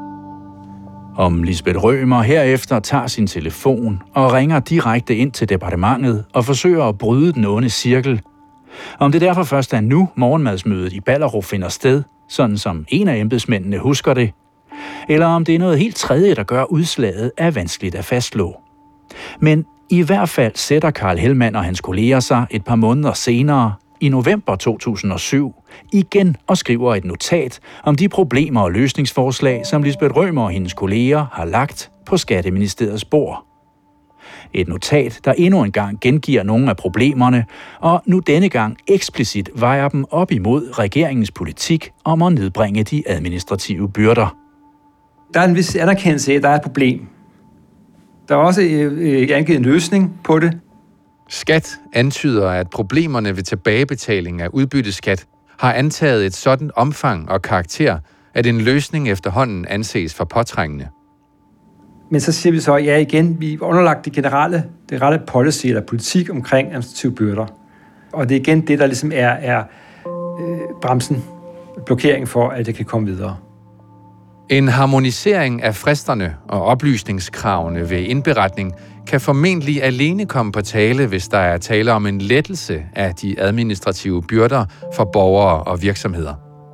Speaker 2: Om Lisbeth Rømer herefter tager sin telefon og ringer direkte ind til departementet og forsøger at bryde den onde cirkel. Om det derfor først er nu, morgenmadsmødet i Ballerup finder sted, sådan som en af embedsmændene husker det, eller om det er noget helt tredje, der gør udslaget, er vanskeligt at fastslå. Men i hvert fald sætter Carl Hellmann og hans kolleger sig et par måneder senere, i november to tusind og syv, igen og skriver et notat om de problemer og løsningsforslag, som Lisbeth Rømer og hendes kolleger har lagt på Skatteministeriets bord. Et notat, der endnu en gang gengiver nogle af problemerne, og nu denne gang eksplicit vejer dem op imod regeringens politik om at nedbringe de administrative byrder.
Speaker 4: Der er en vis anerkendelse af, at der er et problem. Der er også øh, angivet en løsning på det.
Speaker 7: Skat antyder, at problemerne ved tilbagebetaling af udbytteskat har antaget et sådan omfang og karakter, at en løsning efterhånden anses for påtrængende.
Speaker 4: Men så siger vi så, ja igen, vi er underlagt det generelle, det rette policy eller politik omkring administrative byrder. Og det er igen det, der ligesom er, er øh, bremsen, blokering for, at det kan komme videre.
Speaker 7: En harmonisering af fristerne og oplysningskravene ved indberetning kan formentlig alene komme på tale, hvis der er tale om en lettelse af de administrative byrder for borgere og virksomheder.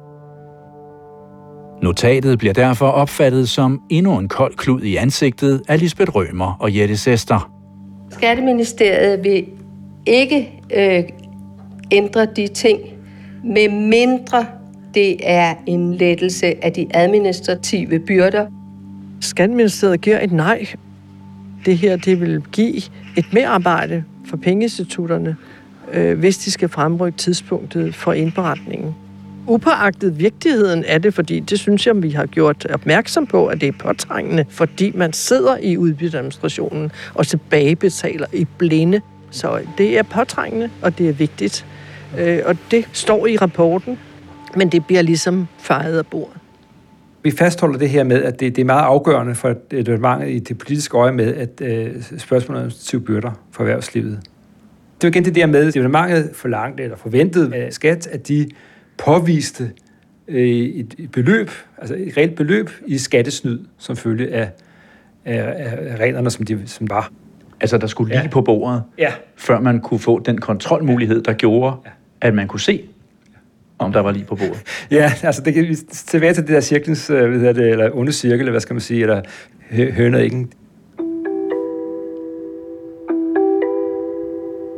Speaker 2: Notatet bliver derfor opfattet som endnu en kold klud i ansigtet af Lisbeth Rømer og Jette Sester.
Speaker 3: Skatteministeriet vil ikke øh, ændre de ting, med mindre det er en lettelse af de administrative byrder.
Speaker 5: Skatteministeriet giver et nej. Det her det vil give et merarbejde for pengeinstitutterne, øh, hvis de skal fremrykke tidspunktet for indberetningen. Upåagtet vigtigheden af det, fordi det synes jeg, vi har gjort opmærksom på, at det er påtrængende, fordi man sidder i udbytteadministrationen og tilbagebetaler i blinde. Så det er påtrængende, og det er vigtigt. Og det står i rapporten, men det bliver ligesom fejet af bordet.
Speaker 4: Vi fastholder det her med, at det, det er meget afgørende for departementet i det politiske øje med, at øh, spørgsmålet om administrative byrder for erhvervslivet. Det er igen det der med, at departementet forlangte eller forventede af skat, at de påviste øh, et, et beløb, altså et reelt beløb i skattesnyd, som følge af, af, af reglerne, som de som var.
Speaker 2: Altså, der skulle lige
Speaker 4: Ja.
Speaker 2: på bordet,
Speaker 4: Ja.
Speaker 2: før man kunne få den kontrolmulighed, der gjorde,
Speaker 4: Ja.
Speaker 2: at man kunne se, om der var lige på bordet.
Speaker 4: Ja, altså det kan tilbage til det der cirklens, hvad hedder det, eller onde cirkel, eller hvad skal man sige, eller hø- høne og æggen.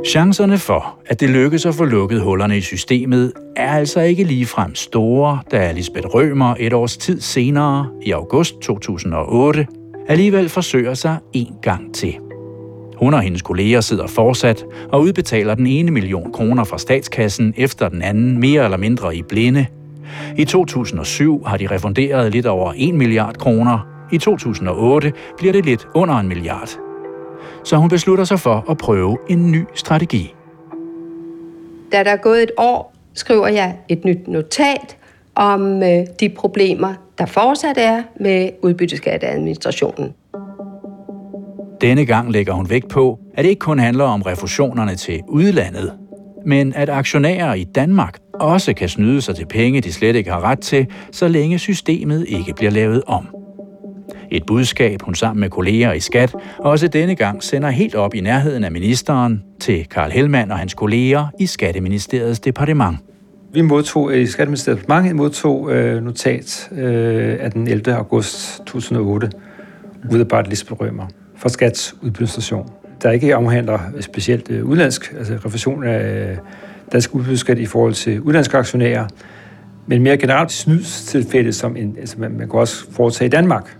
Speaker 2: Chancerne for, at det lykkes at få lukket hullerne i systemet, er altså ikke ligefrem store, da Lisbeth Rømer et års tid senere, i august to tusind og otte, alligevel forsøger sig en gang til. Hun og hendes kolleger sidder fortsat og udbetaler den ene million kroner fra statskassen efter den anden mere eller mindre i blinde. I to tusind og syv har de refunderet lidt over en milliard kroner. I to tusind og otte bliver det lidt under en milliard. Så hun beslutter sig for at prøve en ny strategi.
Speaker 3: Da der er gået et år, skriver jeg et nyt notat om øh, de problemer, der fortsat er med udbytteskatteadministrationen.
Speaker 2: Denne gang lægger hun vægt på, at det ikke kun handler om refusionerne til udlandet, men at aktionærer i Danmark også kan snyde sig til penge, de slet ikke har ret til, så længe systemet ikke bliver lavet om. Et budskab, hun sammen med kolleger i Skat også denne gang sender helt op i nærheden af ministeren til Carl Hellmann og hans kolleger i Skatteministeriets departement.
Speaker 4: Vi modtog i Skatteministeriets departement modtog øh, notat øh, af den ellevte august to tusind og otte, udarbejdet Lisbeth Rømer fra Skats udbyttestation, der ikke omhandler specielt øh, udlandsk, altså refusion af dansk udbytteskat i forhold til udlandske aktionærer, men mere generelt snydstilfælde, som en, altså man, man kan også foretage i Danmark.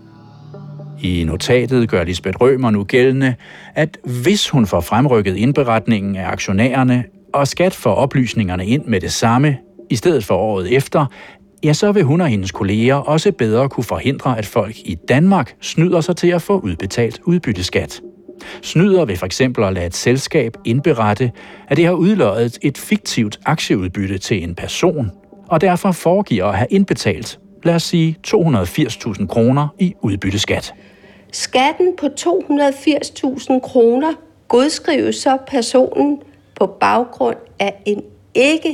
Speaker 2: I notatet gør Lisbeth Rømer nu gældende, at hvis hun får fremrykket indberetningen af aktionærerne, og Skat får oplysningerne ind med det samme, i stedet for året efter, ja, så vil hun og hendes kolleger også bedre kunne forhindre, at folk i Danmark snyder sig til at få udbetalt udbytteskat. Snyder ved for eksempel at lade et selskab indberette, at det har udloddet et fiktivt aktieudbytte til en person, og derfor foregiver at have indbetalt, lad os sige, to hundrede og firs tusind kroner i udbytteskat.
Speaker 3: Skatten på to hundrede og firs tusind kroner godskrives så personen på baggrund af en ikke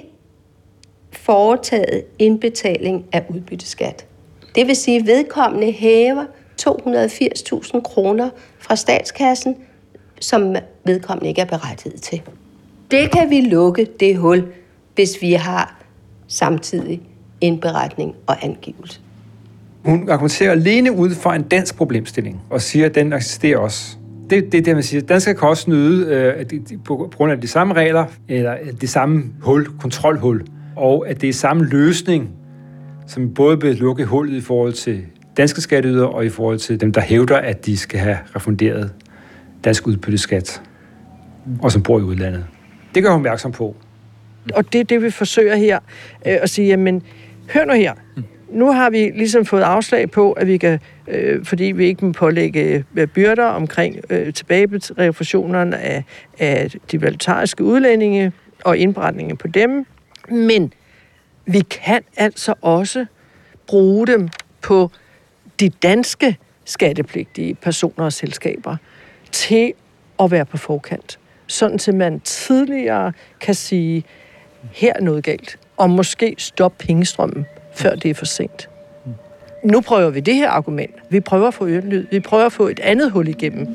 Speaker 3: foretaget indbetaling af udbytteskat. Det vil sige, at vedkommende hæver to hundrede og firs tusind kroner fra statskassen, som vedkommende ikke er berettiget til. Det kan vi lukke, det hul, hvis vi har samtidig indberetning og angivelse.
Speaker 4: Hun argumenterer alene ud fra en dansk problemstilling og siger, at den eksisterer også. Det er det, det, man siger. Danskere kan også nyde øh, de, de, på grund af de samme regler, eller det samme hul, kontrolhul, og at det er samme løsning, som både vil lukke hullet i forhold til danske skatteydere og i forhold til dem, der hævder, at de skal have refunderet dansk udbytteskat, og som bor i udlandet. Det gør hun opmærksom på.
Speaker 5: Og det er det, vi forsøger her øh, at sige, jamen, hør nu her. Nu har vi ligesom fået afslag på, at vi kan, øh, fordi vi ikke må pålægge øh, byrder omkring øh, tilbagerefusionerne af, af de valutariske udlændinge og indberetninger på dem. Men vi kan altså også bruge dem på de danske skattepligtige personer og selskaber til at være på forkant. Sådan til man tidligere kan sige, her er noget galt, og måske stoppe pengestrømmen, før det er for sent. Nu prøver vi det her argument. Vi prøver at få ørenlyd. Vi prøver at få et andet hul igennem.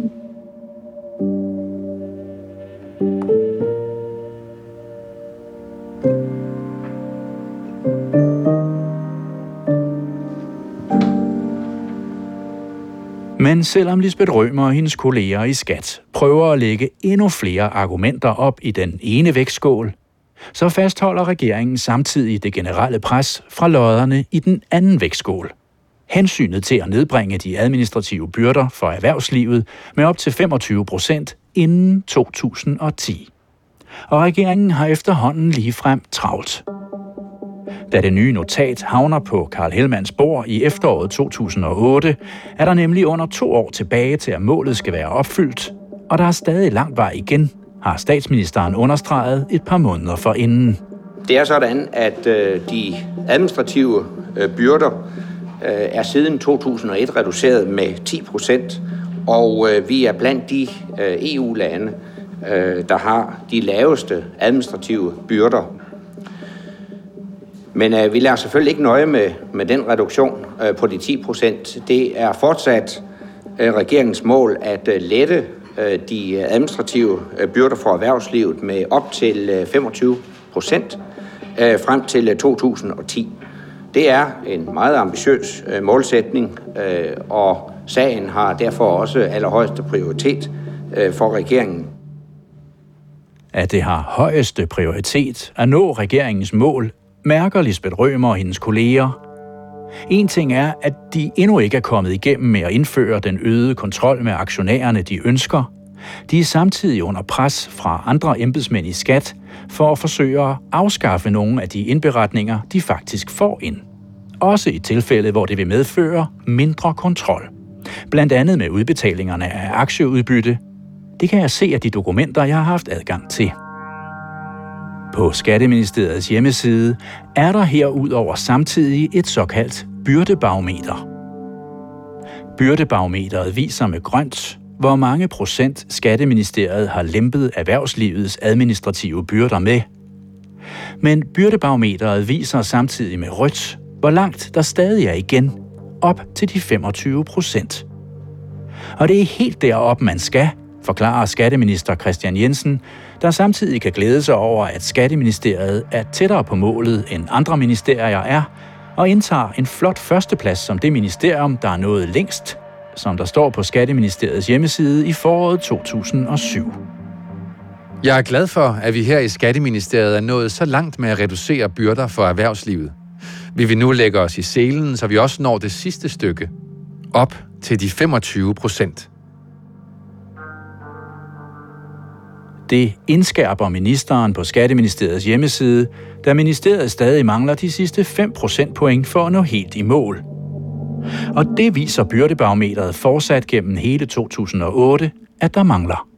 Speaker 2: Men selvom Lisbeth Rømer og hendes kolleger i Skat prøver at lægge endnu flere argumenter op i den ene vægtskål, så fastholder regeringen samtidig det generelle pres fra lodderne i den anden vægtskål. Hensynet til at nedbringe de administrative byrder for erhvervslivet med op til femogtyve procent inden to tusind og ti. Og regeringen har efterhånden ligefrem travlt. Da det nye notat havner på Carl Hellmanns bord i efteråret to tusind og otte, er der nemlig under to år tilbage til, at målet skal være opfyldt, og der er stadig langt vej igen, har statsministeren understreget et par måneder forinden.
Speaker 6: Det er sådan, at øh, de administrative øh, byrder øh, er siden to tusind og et reduceret med ti procent, og øh, vi er blandt de øh, E U-lande, øh, der har de laveste administrative byrder. Men øh, vi lader selvfølgelig ikke nøje med, med den reduktion øh, på de ti procent. Det er fortsat øh, regeringens mål at øh, lette øh, de administrative øh, byrder for erhvervslivet med op til øh, femogtyve procent øh, frem til øh, to tusind og ti. Det er en meget ambitiøs øh, målsætning, øh, og sagen har derfor også allerhøjeste prioritet øh, for regeringen.
Speaker 2: At det har højeste prioritet at nå regeringens mål, mærker Lisbeth Rømer og hendes kolleger. En ting er, at de endnu ikke er kommet igennem med at indføre den øgede kontrol med aktionærerne, de ønsker. De er samtidig under pres fra andre embedsmænd i skat for at forsøge at afskaffe nogle af de indberetninger, de faktisk får ind. Også i tilfælde, hvor det vil medføre mindre kontrol. Blandt andet med udbetalingerne af aktieudbytte. Det kan jeg se af de dokumenter, jeg har haft adgang til. På Skatteministeriets hjemmeside er der herudover samtidig et såkaldt byrdebarometer. Byrdebarometeret viser med grønt, hvor mange procent Skatteministeriet har lempet erhvervslivets administrative byrder med. Men byrdebarometeret viser samtidig med rødt, hvor langt der stadig er igen, op til de femogtyve procent. Og det er helt derop, man skal, forklarer skatteminister Kristian Jensen, der samtidig kan glæde sig over, at Skatteministeriet er tættere på målet, end andre ministerier er, og indtager en flot førsteplads som det ministerium, der er nået længst, som der står på Skatteministeriets hjemmeside i foråret to tusind og syv.
Speaker 7: Jeg er glad for, at vi her i Skatteministeriet er nået så langt med at reducere byrder for erhvervslivet. Vi vil nu lægge os i selen, så vi også når det sidste stykke. Op til de femogtyve procent.
Speaker 2: Det indskærper ministeren på Skatteministeriets hjemmeside, da ministeriet stadig mangler de sidste fem procentpoint for at nå helt i mål. Og det viser byrdebarometeret fortsat gennem hele to tusind og otte, at der mangler.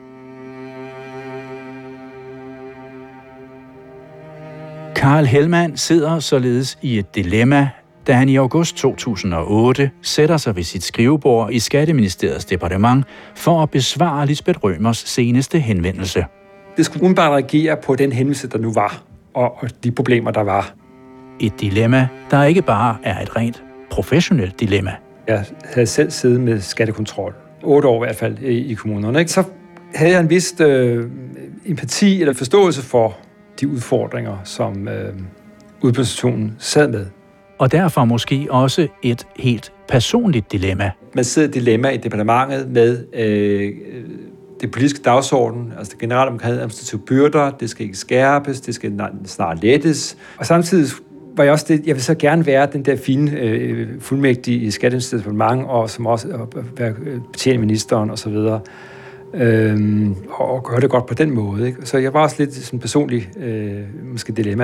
Speaker 2: Karl Hellmann sidder således i et dilemma, da han i august to tusind og otte sætter sig ved sit skrivebord i Skatteministeriets departement for at besvare Lisbeth Rømers seneste henvendelse.
Speaker 4: Det skulle umiddelbart reagere på den hændelse, der nu var, og de problemer, der var.
Speaker 2: Et dilemma, der ikke bare er et rent professionelt dilemma.
Speaker 4: Jeg havde selv siddet med skattekontrol, otte år i hvert fald i kommunerne. Ikke? Så havde jeg en vis øh, empati eller forståelse for de udfordringer, som øh, udbudstationen sad med.
Speaker 2: Og derfor måske også et helt personligt dilemma.
Speaker 4: Man sidder et dilemma i departementet med øh, det politiske dagsorden, altså det generelt omkring administrative byrder, det skal ikke skærpes, det skal snart lettes. Og samtidig var jeg også det, jeg vil så gerne være den der fine øh, fuldmægtige i Skatteministeriets departement, og som også øh, være betjent ministeren og så videre. Øhm, og gøre det godt på den måde. Ikke? Så jeg var også lidt sådan personlig øh, måske dilemma.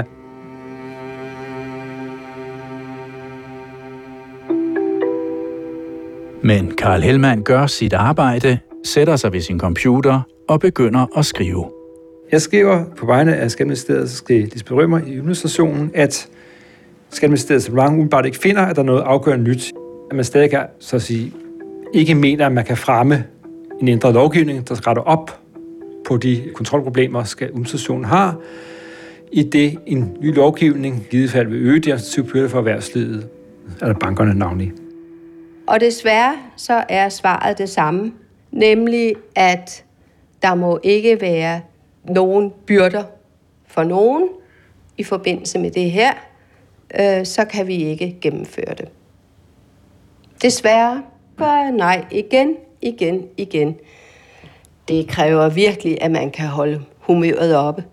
Speaker 2: Men Karl Hellmann gør sit arbejde, sætter sig ved sin computer og begynder at skrive.
Speaker 4: Jeg skriver på vegne af Skatteministeriet, så skal Lisbeth Rømer i administrationen, at Skatteministeriet så langt umiddelbart ikke finder, at der er noget afgørende nyt. At man stadig kan, så at sige, ikke mener, at man kan fremme en ændret lovgivning, der retter op på de kontrolproblemer, administrationen har, i det en ny lovgivning i givet fald vil øge de administrative byrder for erhvervslivet, eller bankerne navnlig.
Speaker 3: Og desværre så er svaret det samme, nemlig at der må ikke være nogen byrder for nogen i forbindelse med det her, øh, så kan vi ikke gennemføre det. Desværre gør jeg nej igen, igen, igen. Det kræver virkelig, at man kan holde humøret oppe.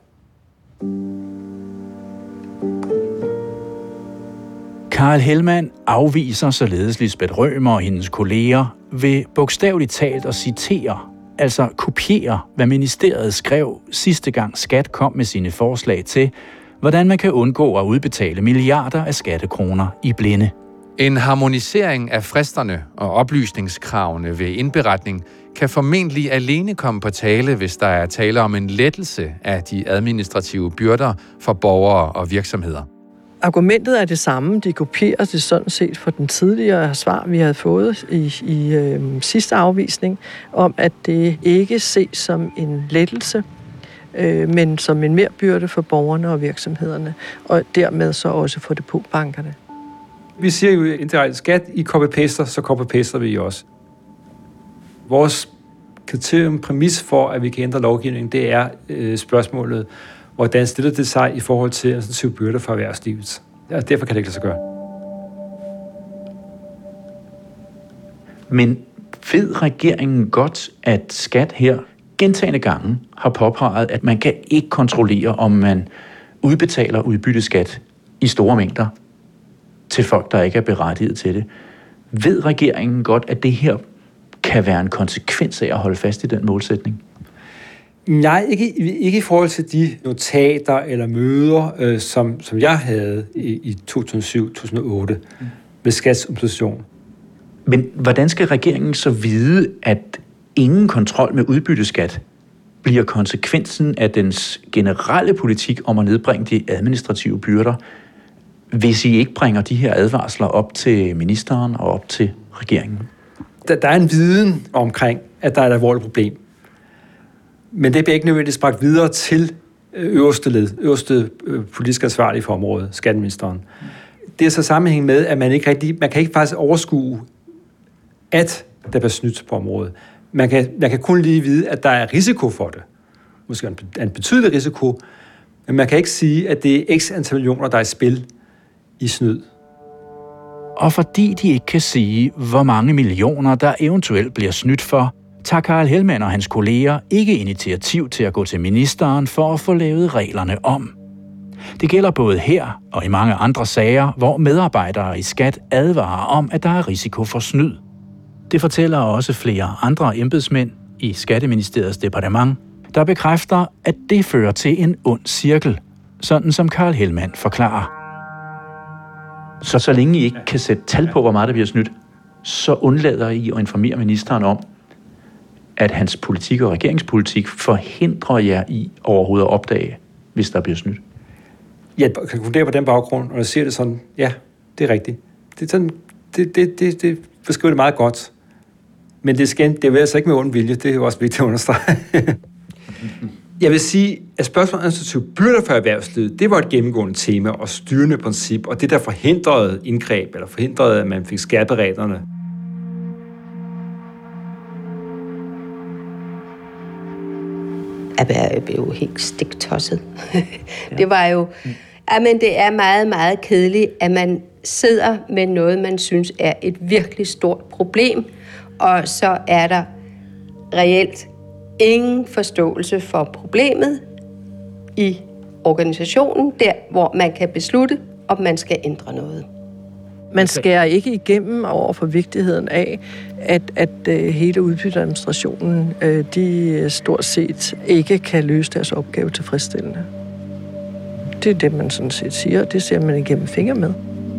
Speaker 2: Karl Hellmann afviser således Lisbeth Rømer og hendes kolleger ved bogstaveligt talt at citere, altså kopiere, hvad ministeriet skrev sidste gang Skat kom med sine forslag til, hvordan man kan undgå at udbetale milliarder af skattekroner i blinde.
Speaker 7: En harmonisering af fristerne og oplysningskravene ved indberetning kan formentlig alene komme på tale, hvis der er tale om en lettelse af de administrative byrder for borgere og virksomheder.
Speaker 5: Argumentet er det samme. De kopierer det sådan set fra den tidligere svar, vi havde fået i, i øh, sidste afvisning, om at det ikke ses som en lettelse, øh, men som en merbyrde for borgerne og virksomhederne, og dermed så også for depotbankerne.
Speaker 4: Vi siger jo indirekte skat, I copy-paster, så copy-paster vi også. Vores kriterium, præmis for, at vi kan ændre lovgivningen, det er øh, spørgsmålet, hvordan stiller det sig i forhold til administrative byrder for erhvervslivet. Og derfor kan det ikke lade sig gøre.
Speaker 2: Men ved regeringen godt, at skat her gentagne gange har påpeget, at man kan ikke kontrollere, om man udbetaler udbytteskat i store mængder til folk, der ikke er berettiget til det. Ved regeringen godt, at det her kan være en konsekvens af at holde fast i den målsætning?
Speaker 4: Nej, ikke, ikke i forhold til de notater eller møder, øh, som, som jeg havde i, i to tusind og syv til to tusind og otte mm. ved skatteadministration.
Speaker 2: Men hvordan skal regeringen så vide, at ingen kontrol med udbytteskat bliver konsekvensen af dens generelle politik om at nedbringe de administrative byrder, hvis I ikke bringer de her advarsler op til ministeren og op til regeringen?
Speaker 4: Der, der er en viden omkring, at der er et alvorligt problem. Men det bliver ikke nødvendigvis bragt videre til øverste led, øverste politisk ansvarlige for området, skatteministeren. Det er så sammenhæng med, at man ikke rigtig, man kan ikke faktisk overskue, at der bliver snydt på området. Man kan, man kan kun lige vide, at der er risiko for det. Måske en, en betydelig risiko, men man kan ikke sige, at det er x antal millioner, der er i spil i snyd.
Speaker 2: Og fordi de ikke kan sige, hvor mange millioner, der eventuelt bliver snydt for, tager Carl Hellmann og hans kolleger ikke initiativ til at gå til ministeren for at få lavet reglerne om. Det gælder både her og i mange andre sager, hvor medarbejdere i skat advarer om, at der er risiko for snyd. Det fortæller også flere andre embedsmænd i Skatteministeriets departement, der bekræfter, at det fører til en ond cirkel, sådan som Carl Hellmann forklarer. Så så længe I ikke kan sætte tal på, hvor meget der bliver snydt, så undlader I at informere ministeren om, at hans politik og regeringspolitik forhindrer jer i overhovedet at opdage, hvis der bliver snydt.
Speaker 4: Jeg kan konkludere på den baggrund, og jeg siger det sådan, ja, det er rigtigt. Det, er sådan, det, det, det, det beskriver det meget godt. Men det, skal, det er altså ikke med ond vilje, det er jo også vigtigt at understrege. Jeg vil sige, at spørgsmålet om administrative byrder for erhvervslivet, det var et gennemgående tema og styrende princip, og det der forhindrede indgreb, eller forhindrede, at man fik skærpet reglerne.
Speaker 3: Jeg blev jo helt stiktosset. Det var jo... Jamen, det er meget, meget kedeligt, at man sidder med noget, man synes er et virkelig stort problem, og så er der reelt ingen forståelse for problemet i organisationen, der hvor man kan beslutte, om man skal ændre noget.
Speaker 5: Man skærer ikke igennem over for vigtigheden af, at, at uh, hele udbytteadministrationen, uh, de stort set ikke kan løse deres opgave tilfredsstillende. Det er det, man sådan set siger, og det ser man igennem fingre med.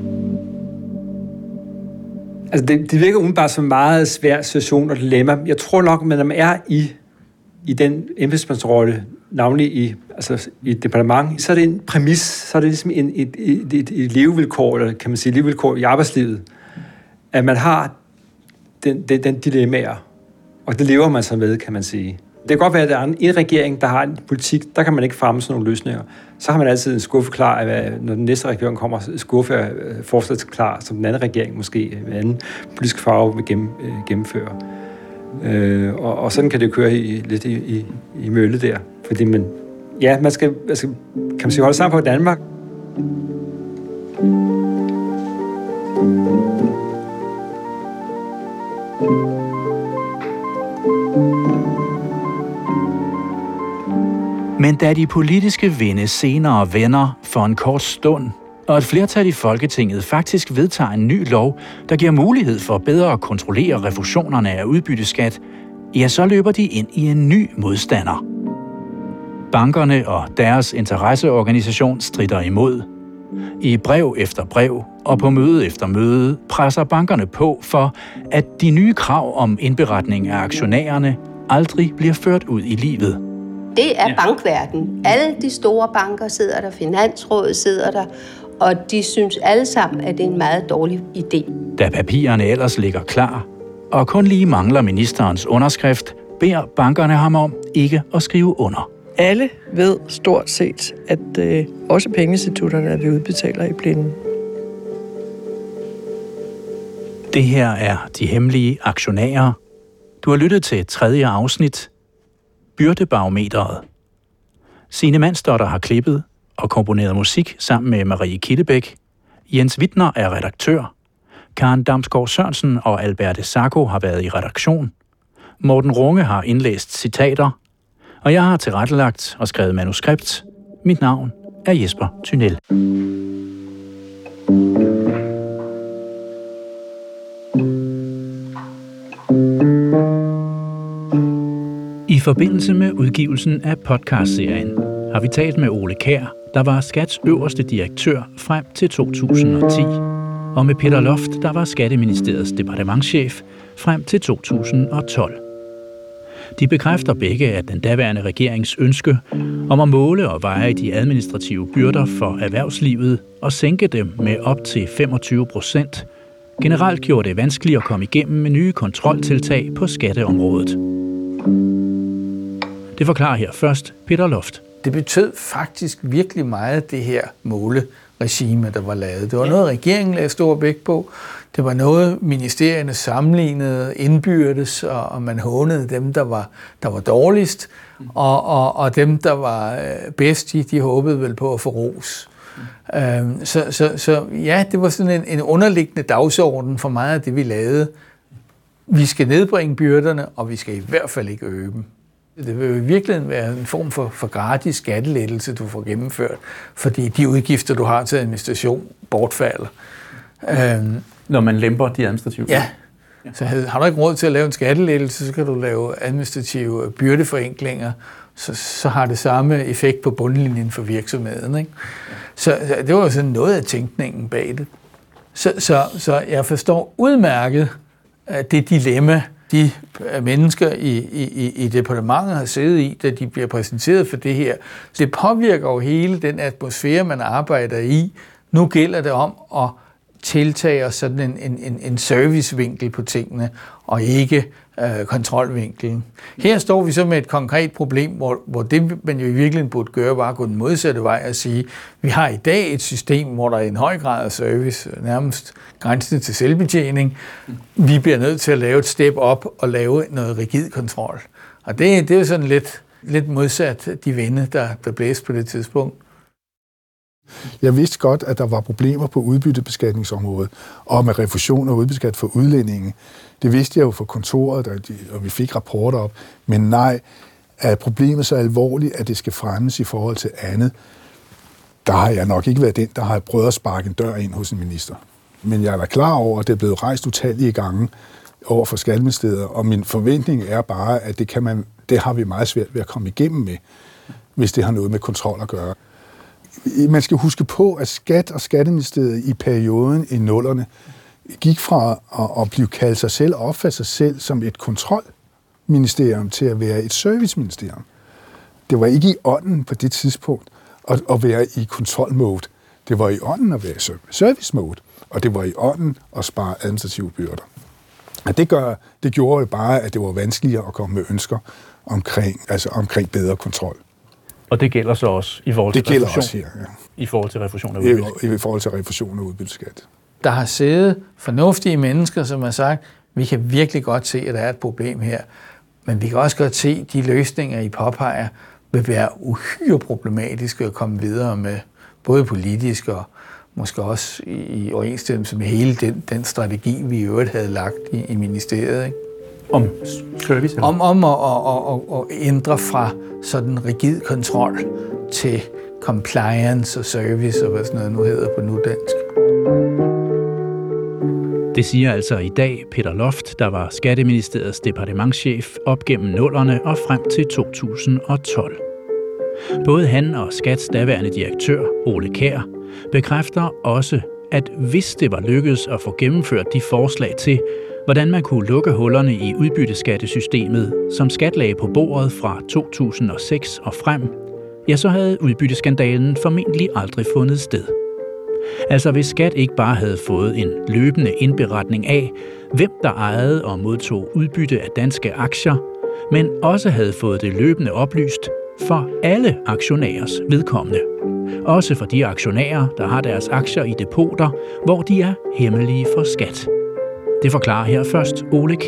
Speaker 4: Altså, det, det virker umiddelbart som en meget svær situation og dilemma. Jeg tror nok, at når man er i, i den embedsmandsrolle, navnlig i, altså, i et departement, så er det en præmis, så er det ligesom en, et, et, et, et levevilkår, eller kan man sige levevilkår i arbejdslivet, at man har den, den, den dilemmaer, og det lever man så med, kan man sige. Det kan godt være, at der er en regering, der har en politik, der kan man ikke fremme sådan nogle løsninger. Så har man altid en skuffe klar, når den næste regering kommer, skuffe er fortsat klar, som den anden regering måske, en anden politisk farve vil gennem, gennemføre. Øh, og, og sådan kan det køre i, lidt i, i, i mølle der. Fordi man, ja, man skal, man skal, kan man sige, holde sammen på Danmark.
Speaker 2: Men da de politiske vinde senere vender for en kort stund, og et flertal i Folketinget faktisk vedtager en ny lov, der giver mulighed for bedre at kontrollere refusionerne af udbytteskat, ja, så løber de ind i en ny modstander. Bankerne og deres interesseorganisation stritter imod. I brev efter brev og på møde efter møde presser bankerne på for, at de nye krav om indberetning af aktionærerne aldrig bliver ført ud i livet.
Speaker 3: Det er bankverden. Alle de store banker sidder der, Finansrådet sidder der, og de synes alle sammen, at det er en meget dårlig idé.
Speaker 2: Da papirerne ellers ligger klar, og kun lige mangler ministerens underskrift, beder bankerne ham om ikke at skrive under.
Speaker 5: Alle ved stort set, at øh, også pengeinstitutterne er vi udbetaler i blinden.
Speaker 2: Det her er De Hemmelige Aktionærer. Du har lyttet til tredje afsnit, Byrdebarometeret. Signe Mandsdotter har klippet og komponeret musik sammen med Marie Kittebæk. Jens Wittner er redaktør. Karen Damsgaard Sørensen og Alberte Sacco har været i redaktion. Morten Runge har indlæst citater. Og jeg har tilrettelagt og skrevet manuskript. Mit navn er Jesper Thynel. I forbindelse med udgivelsen af podcastserien har vi talt med Ole Kjær, der var Skats øverste direktør frem til to tusind og ti, og med Peter Loft, der var Skatteministeriets departementschef frem til to tusind og tolv. De bekræfter begge, at den daværende regerings ønske om at måle og veje de administrative byrder for erhvervslivet og sænke dem med op til femogtyve procent, generelt gjorde det vanskeligt at komme igennem med nye kontroltiltag på skatteområdet. Det forklarer her først Peter Loft.
Speaker 8: Det betød faktisk virkelig meget, det her måleregime, der var lavet. Det var noget, regeringen lagde stor vægt på. Det var noget, ministerierne sammenlignede indbyrdes, og man hånede dem, der var, der var dårligst. Og, og, og dem, der var bedst, de, de håbede vel på at få ros. Mm. Så, så, så ja, det var sådan en, en underliggende dagsorden for meget af det, vi lavede. Vi skal nedbringe byrderne, og vi skal i hvert fald ikke øge dem. Det vil jo i virkeligheden være en form for, for gratis skattelettelse, du får gennemført, fordi de udgifter, du har til administration, bortfalder. Øhm,
Speaker 2: Når man lemper de administrative?
Speaker 8: Ja. Så har du ikke råd til at lave en skattelettelse, så kan du lave administrative byrdeforenklinger, så, så har det samme effekt på bundlinjen for virksomheden. Ikke? Så, så det var jo sådan noget af tænkningen bag det. Så, så, så jeg forstår udmærket at det dilemma, de mennesker i, i, i departementet har siddet i, da de bliver præsenteret for det her. Det påvirker jo hele den atmosfære, man arbejder i. Nu gælder det om at tiltage os sådan en, en, en servicevinkel på tingene, og ikke øh, kontrolvinkelen. Her står vi så med et konkret problem, hvor, hvor det, man jo i virkeligheden burde gøre, var at gå den modsatte vej og sige, vi har i dag et system, hvor der er en høj grad af service, nærmest grænsende til selvbetjening. Vi bliver nødt til at lave et step op og lave noget rigid kontrol. Og det, det er jo sådan lidt, lidt modsat de vinde, der, der blæste på det tidspunkt.
Speaker 9: Jeg vidste godt, at der var problemer på udbyttebeskatningsområdet, og med refusion og udbeskat for udlændinge. Det vidste jeg jo fra kontoret, og vi fik rapporter op. Men nej, er problemet så alvorligt, at det skal fremmes i forhold til andet? Der har jeg nok ikke været den, der har prøvet at sparke en dør ind hos en minister. Men jeg er da klar over, at det er blevet rejst utallige gange over for Skatteministeriet, og min forventning er bare, at det, kan man, det har vi meget svært ved at komme igennem med, hvis det har noget med kontrol at gøre. Man skal huske på, at Skat og Skatteministeriet i perioden i nullerne gik fra at, at blive kaldt sig selv og opfatte sig selv som et kontrolministerium til at være et serviceministerium. Det var ikke i ånden på det tidspunkt at, at være i kontrolmode. Det var i ånden at være i service-mode, og det var i ånden at spare administrative byrder. Og det, gør, det gjorde jo bare, at det var vanskeligere at komme med ønsker omkring, altså omkring bedre kontrol.
Speaker 2: Og det gælder så også i forhold til
Speaker 9: det gælder
Speaker 2: refusion?
Speaker 9: Også her, ja.
Speaker 2: I forhold til refusion af udbytteskat?
Speaker 9: I, I forhold til refusion af udbytteskat.
Speaker 8: Der har siddet fornuftige mennesker, som har sagt, vi kan virkelig godt se, at der er et problem her, men vi kan også godt se, at de løsninger, I påpeger, vil være uhyre problematiske at komme videre med, både politisk og måske også i, i overensstemmelse med hele den, den strategi, vi i øvrigt havde lagt i, i ministeriet. Ikke?
Speaker 2: Om service?
Speaker 8: Om, om at, at, at, at ændre fra sådan rigid kontrol til compliance og service og hvad sådan noget nu hedder på nudansk.
Speaker 2: Det siger altså i dag Peter Loft, der var Skatteministeriets departementschef op gennem nullerne og frem til to tusind og tolv. Både han og Skats daværende direktør, Ole Kjær, bekræfter også, at hvis det var lykkedes at få gennemført de forslag til, hvordan man kunne lukke hullerne i udbytteskattesystemet, som Skat lagde på bordet fra to tusind og seks og frem, ja, så havde udbytteskandalen formentlig aldrig fundet sted. Altså hvis Skat ikke bare havde fået en løbende indberetning af, hvem der ejede og modtog udbytte af danske aktier, men også havde fået det løbende oplyst for alle aktionærers vedkommende. Også for de aktionærer, der har deres aktier i depoter, hvor de er hemmelige for Skat. Det forklarer her først Ole Kjær.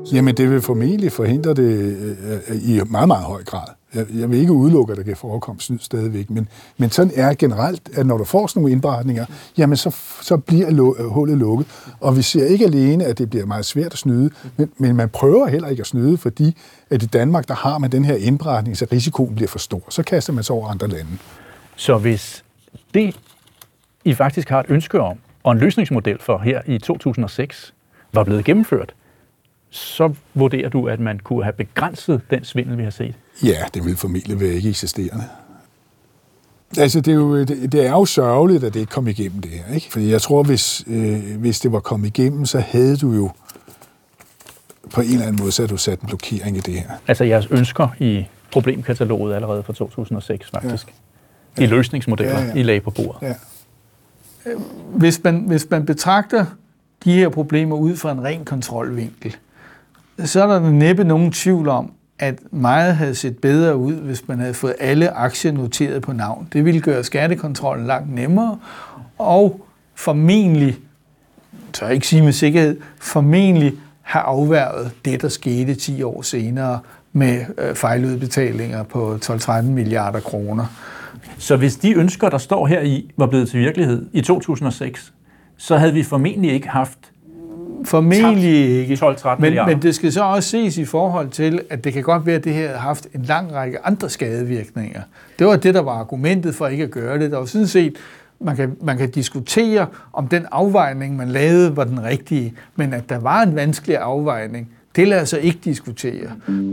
Speaker 9: Jamen, det vil formentlig forhindre det øh, i meget, meget høj grad. Jeg, jeg vil ikke udelukke, at der kan forekomme snyd stadigvæk, men, men sådan er generelt, at når der får sådan nogle indberetninger, jamen så, så bliver lo- hullet lukket. Og vi ser ikke alene, at det bliver meget svært at snyde, men, men man prøver heller ikke at snyde, fordi at i Danmark, der har man den her indberetning, så risikoen bliver for stor. Så kaster man sig over andre lande.
Speaker 2: Så hvis det, I faktisk har et ønske om, og en løsningsmodel for her i to tusind og seks, var blevet gennemført, så vurderer du, at man kunne have begrænset den svindel, vi har set?
Speaker 9: Ja, det vil formentlig være ikke eksisterende. Altså, det er, jo, det, det er jo sørgeligt, at det ikke kom igennem det her, ikke? Fordi jeg tror, hvis, øh, hvis det var kommet igennem, så havde du jo på en eller anden måde, så havde du sat en blokering i det her.
Speaker 2: Altså jeres ønsker i problemkataloget allerede fra to tusind og seks, faktisk. Ja. De løsningsmodeller, ja, ja. I lagde på bordet.
Speaker 9: Ja.
Speaker 8: Hvis man, hvis man betragter de her problemer ud fra en ren kontrolvinkel, så er der næppe nogen tvivl om, at meget havde set bedre ud, hvis man havde fået alle aktier noteret på navn. Det ville gøre skattekontrollen langt nemmere, og formentlig, tør jeg ikke sige med sikkerhed, formentlig have afværget det, der skete ti år senere med øh, fejludbetalinger på tolv til tretten milliarder kroner.
Speaker 2: Så hvis de ønsker, der står her i, var blevet til virkelighed i to tusind og seks, så havde vi formentlig ikke haft
Speaker 8: Formentlig ikke,
Speaker 2: tolv til tretten
Speaker 8: men,
Speaker 2: milliarder.
Speaker 8: men det skal så også ses i forhold til, at det kan godt være, at det her har haft en lang række andre skadevirkninger. Det var det, der var argumentet for ikke at gøre det. Der var sådan set, man kan, man kan diskutere, om den afvejning, man lavede, var den rigtige, men at der var en vanskelig afvejning, det lader sig ikke diskutere.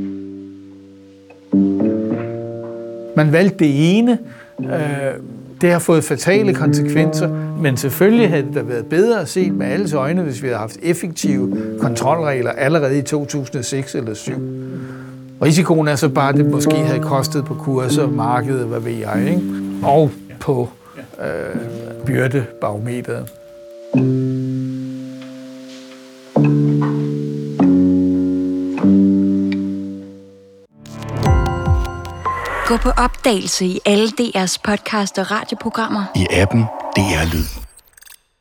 Speaker 8: Man valgte det ene, øh, det har fået fatale konsekvenser, men selvfølgelig havde det da været bedre at se med alles øjne, hvis vi havde haft effektive kontrolregler allerede i to tusind og seks eller syv. Risikoen er så bare, at det måske havde kostet på kurser, markedet, hvad ved jeg, ikke? Og på øh, byrdebarometeret.
Speaker 10: Gå på opdagelse i alle D R's podcast og radioprogrammer.
Speaker 11: I appen D R Lyd.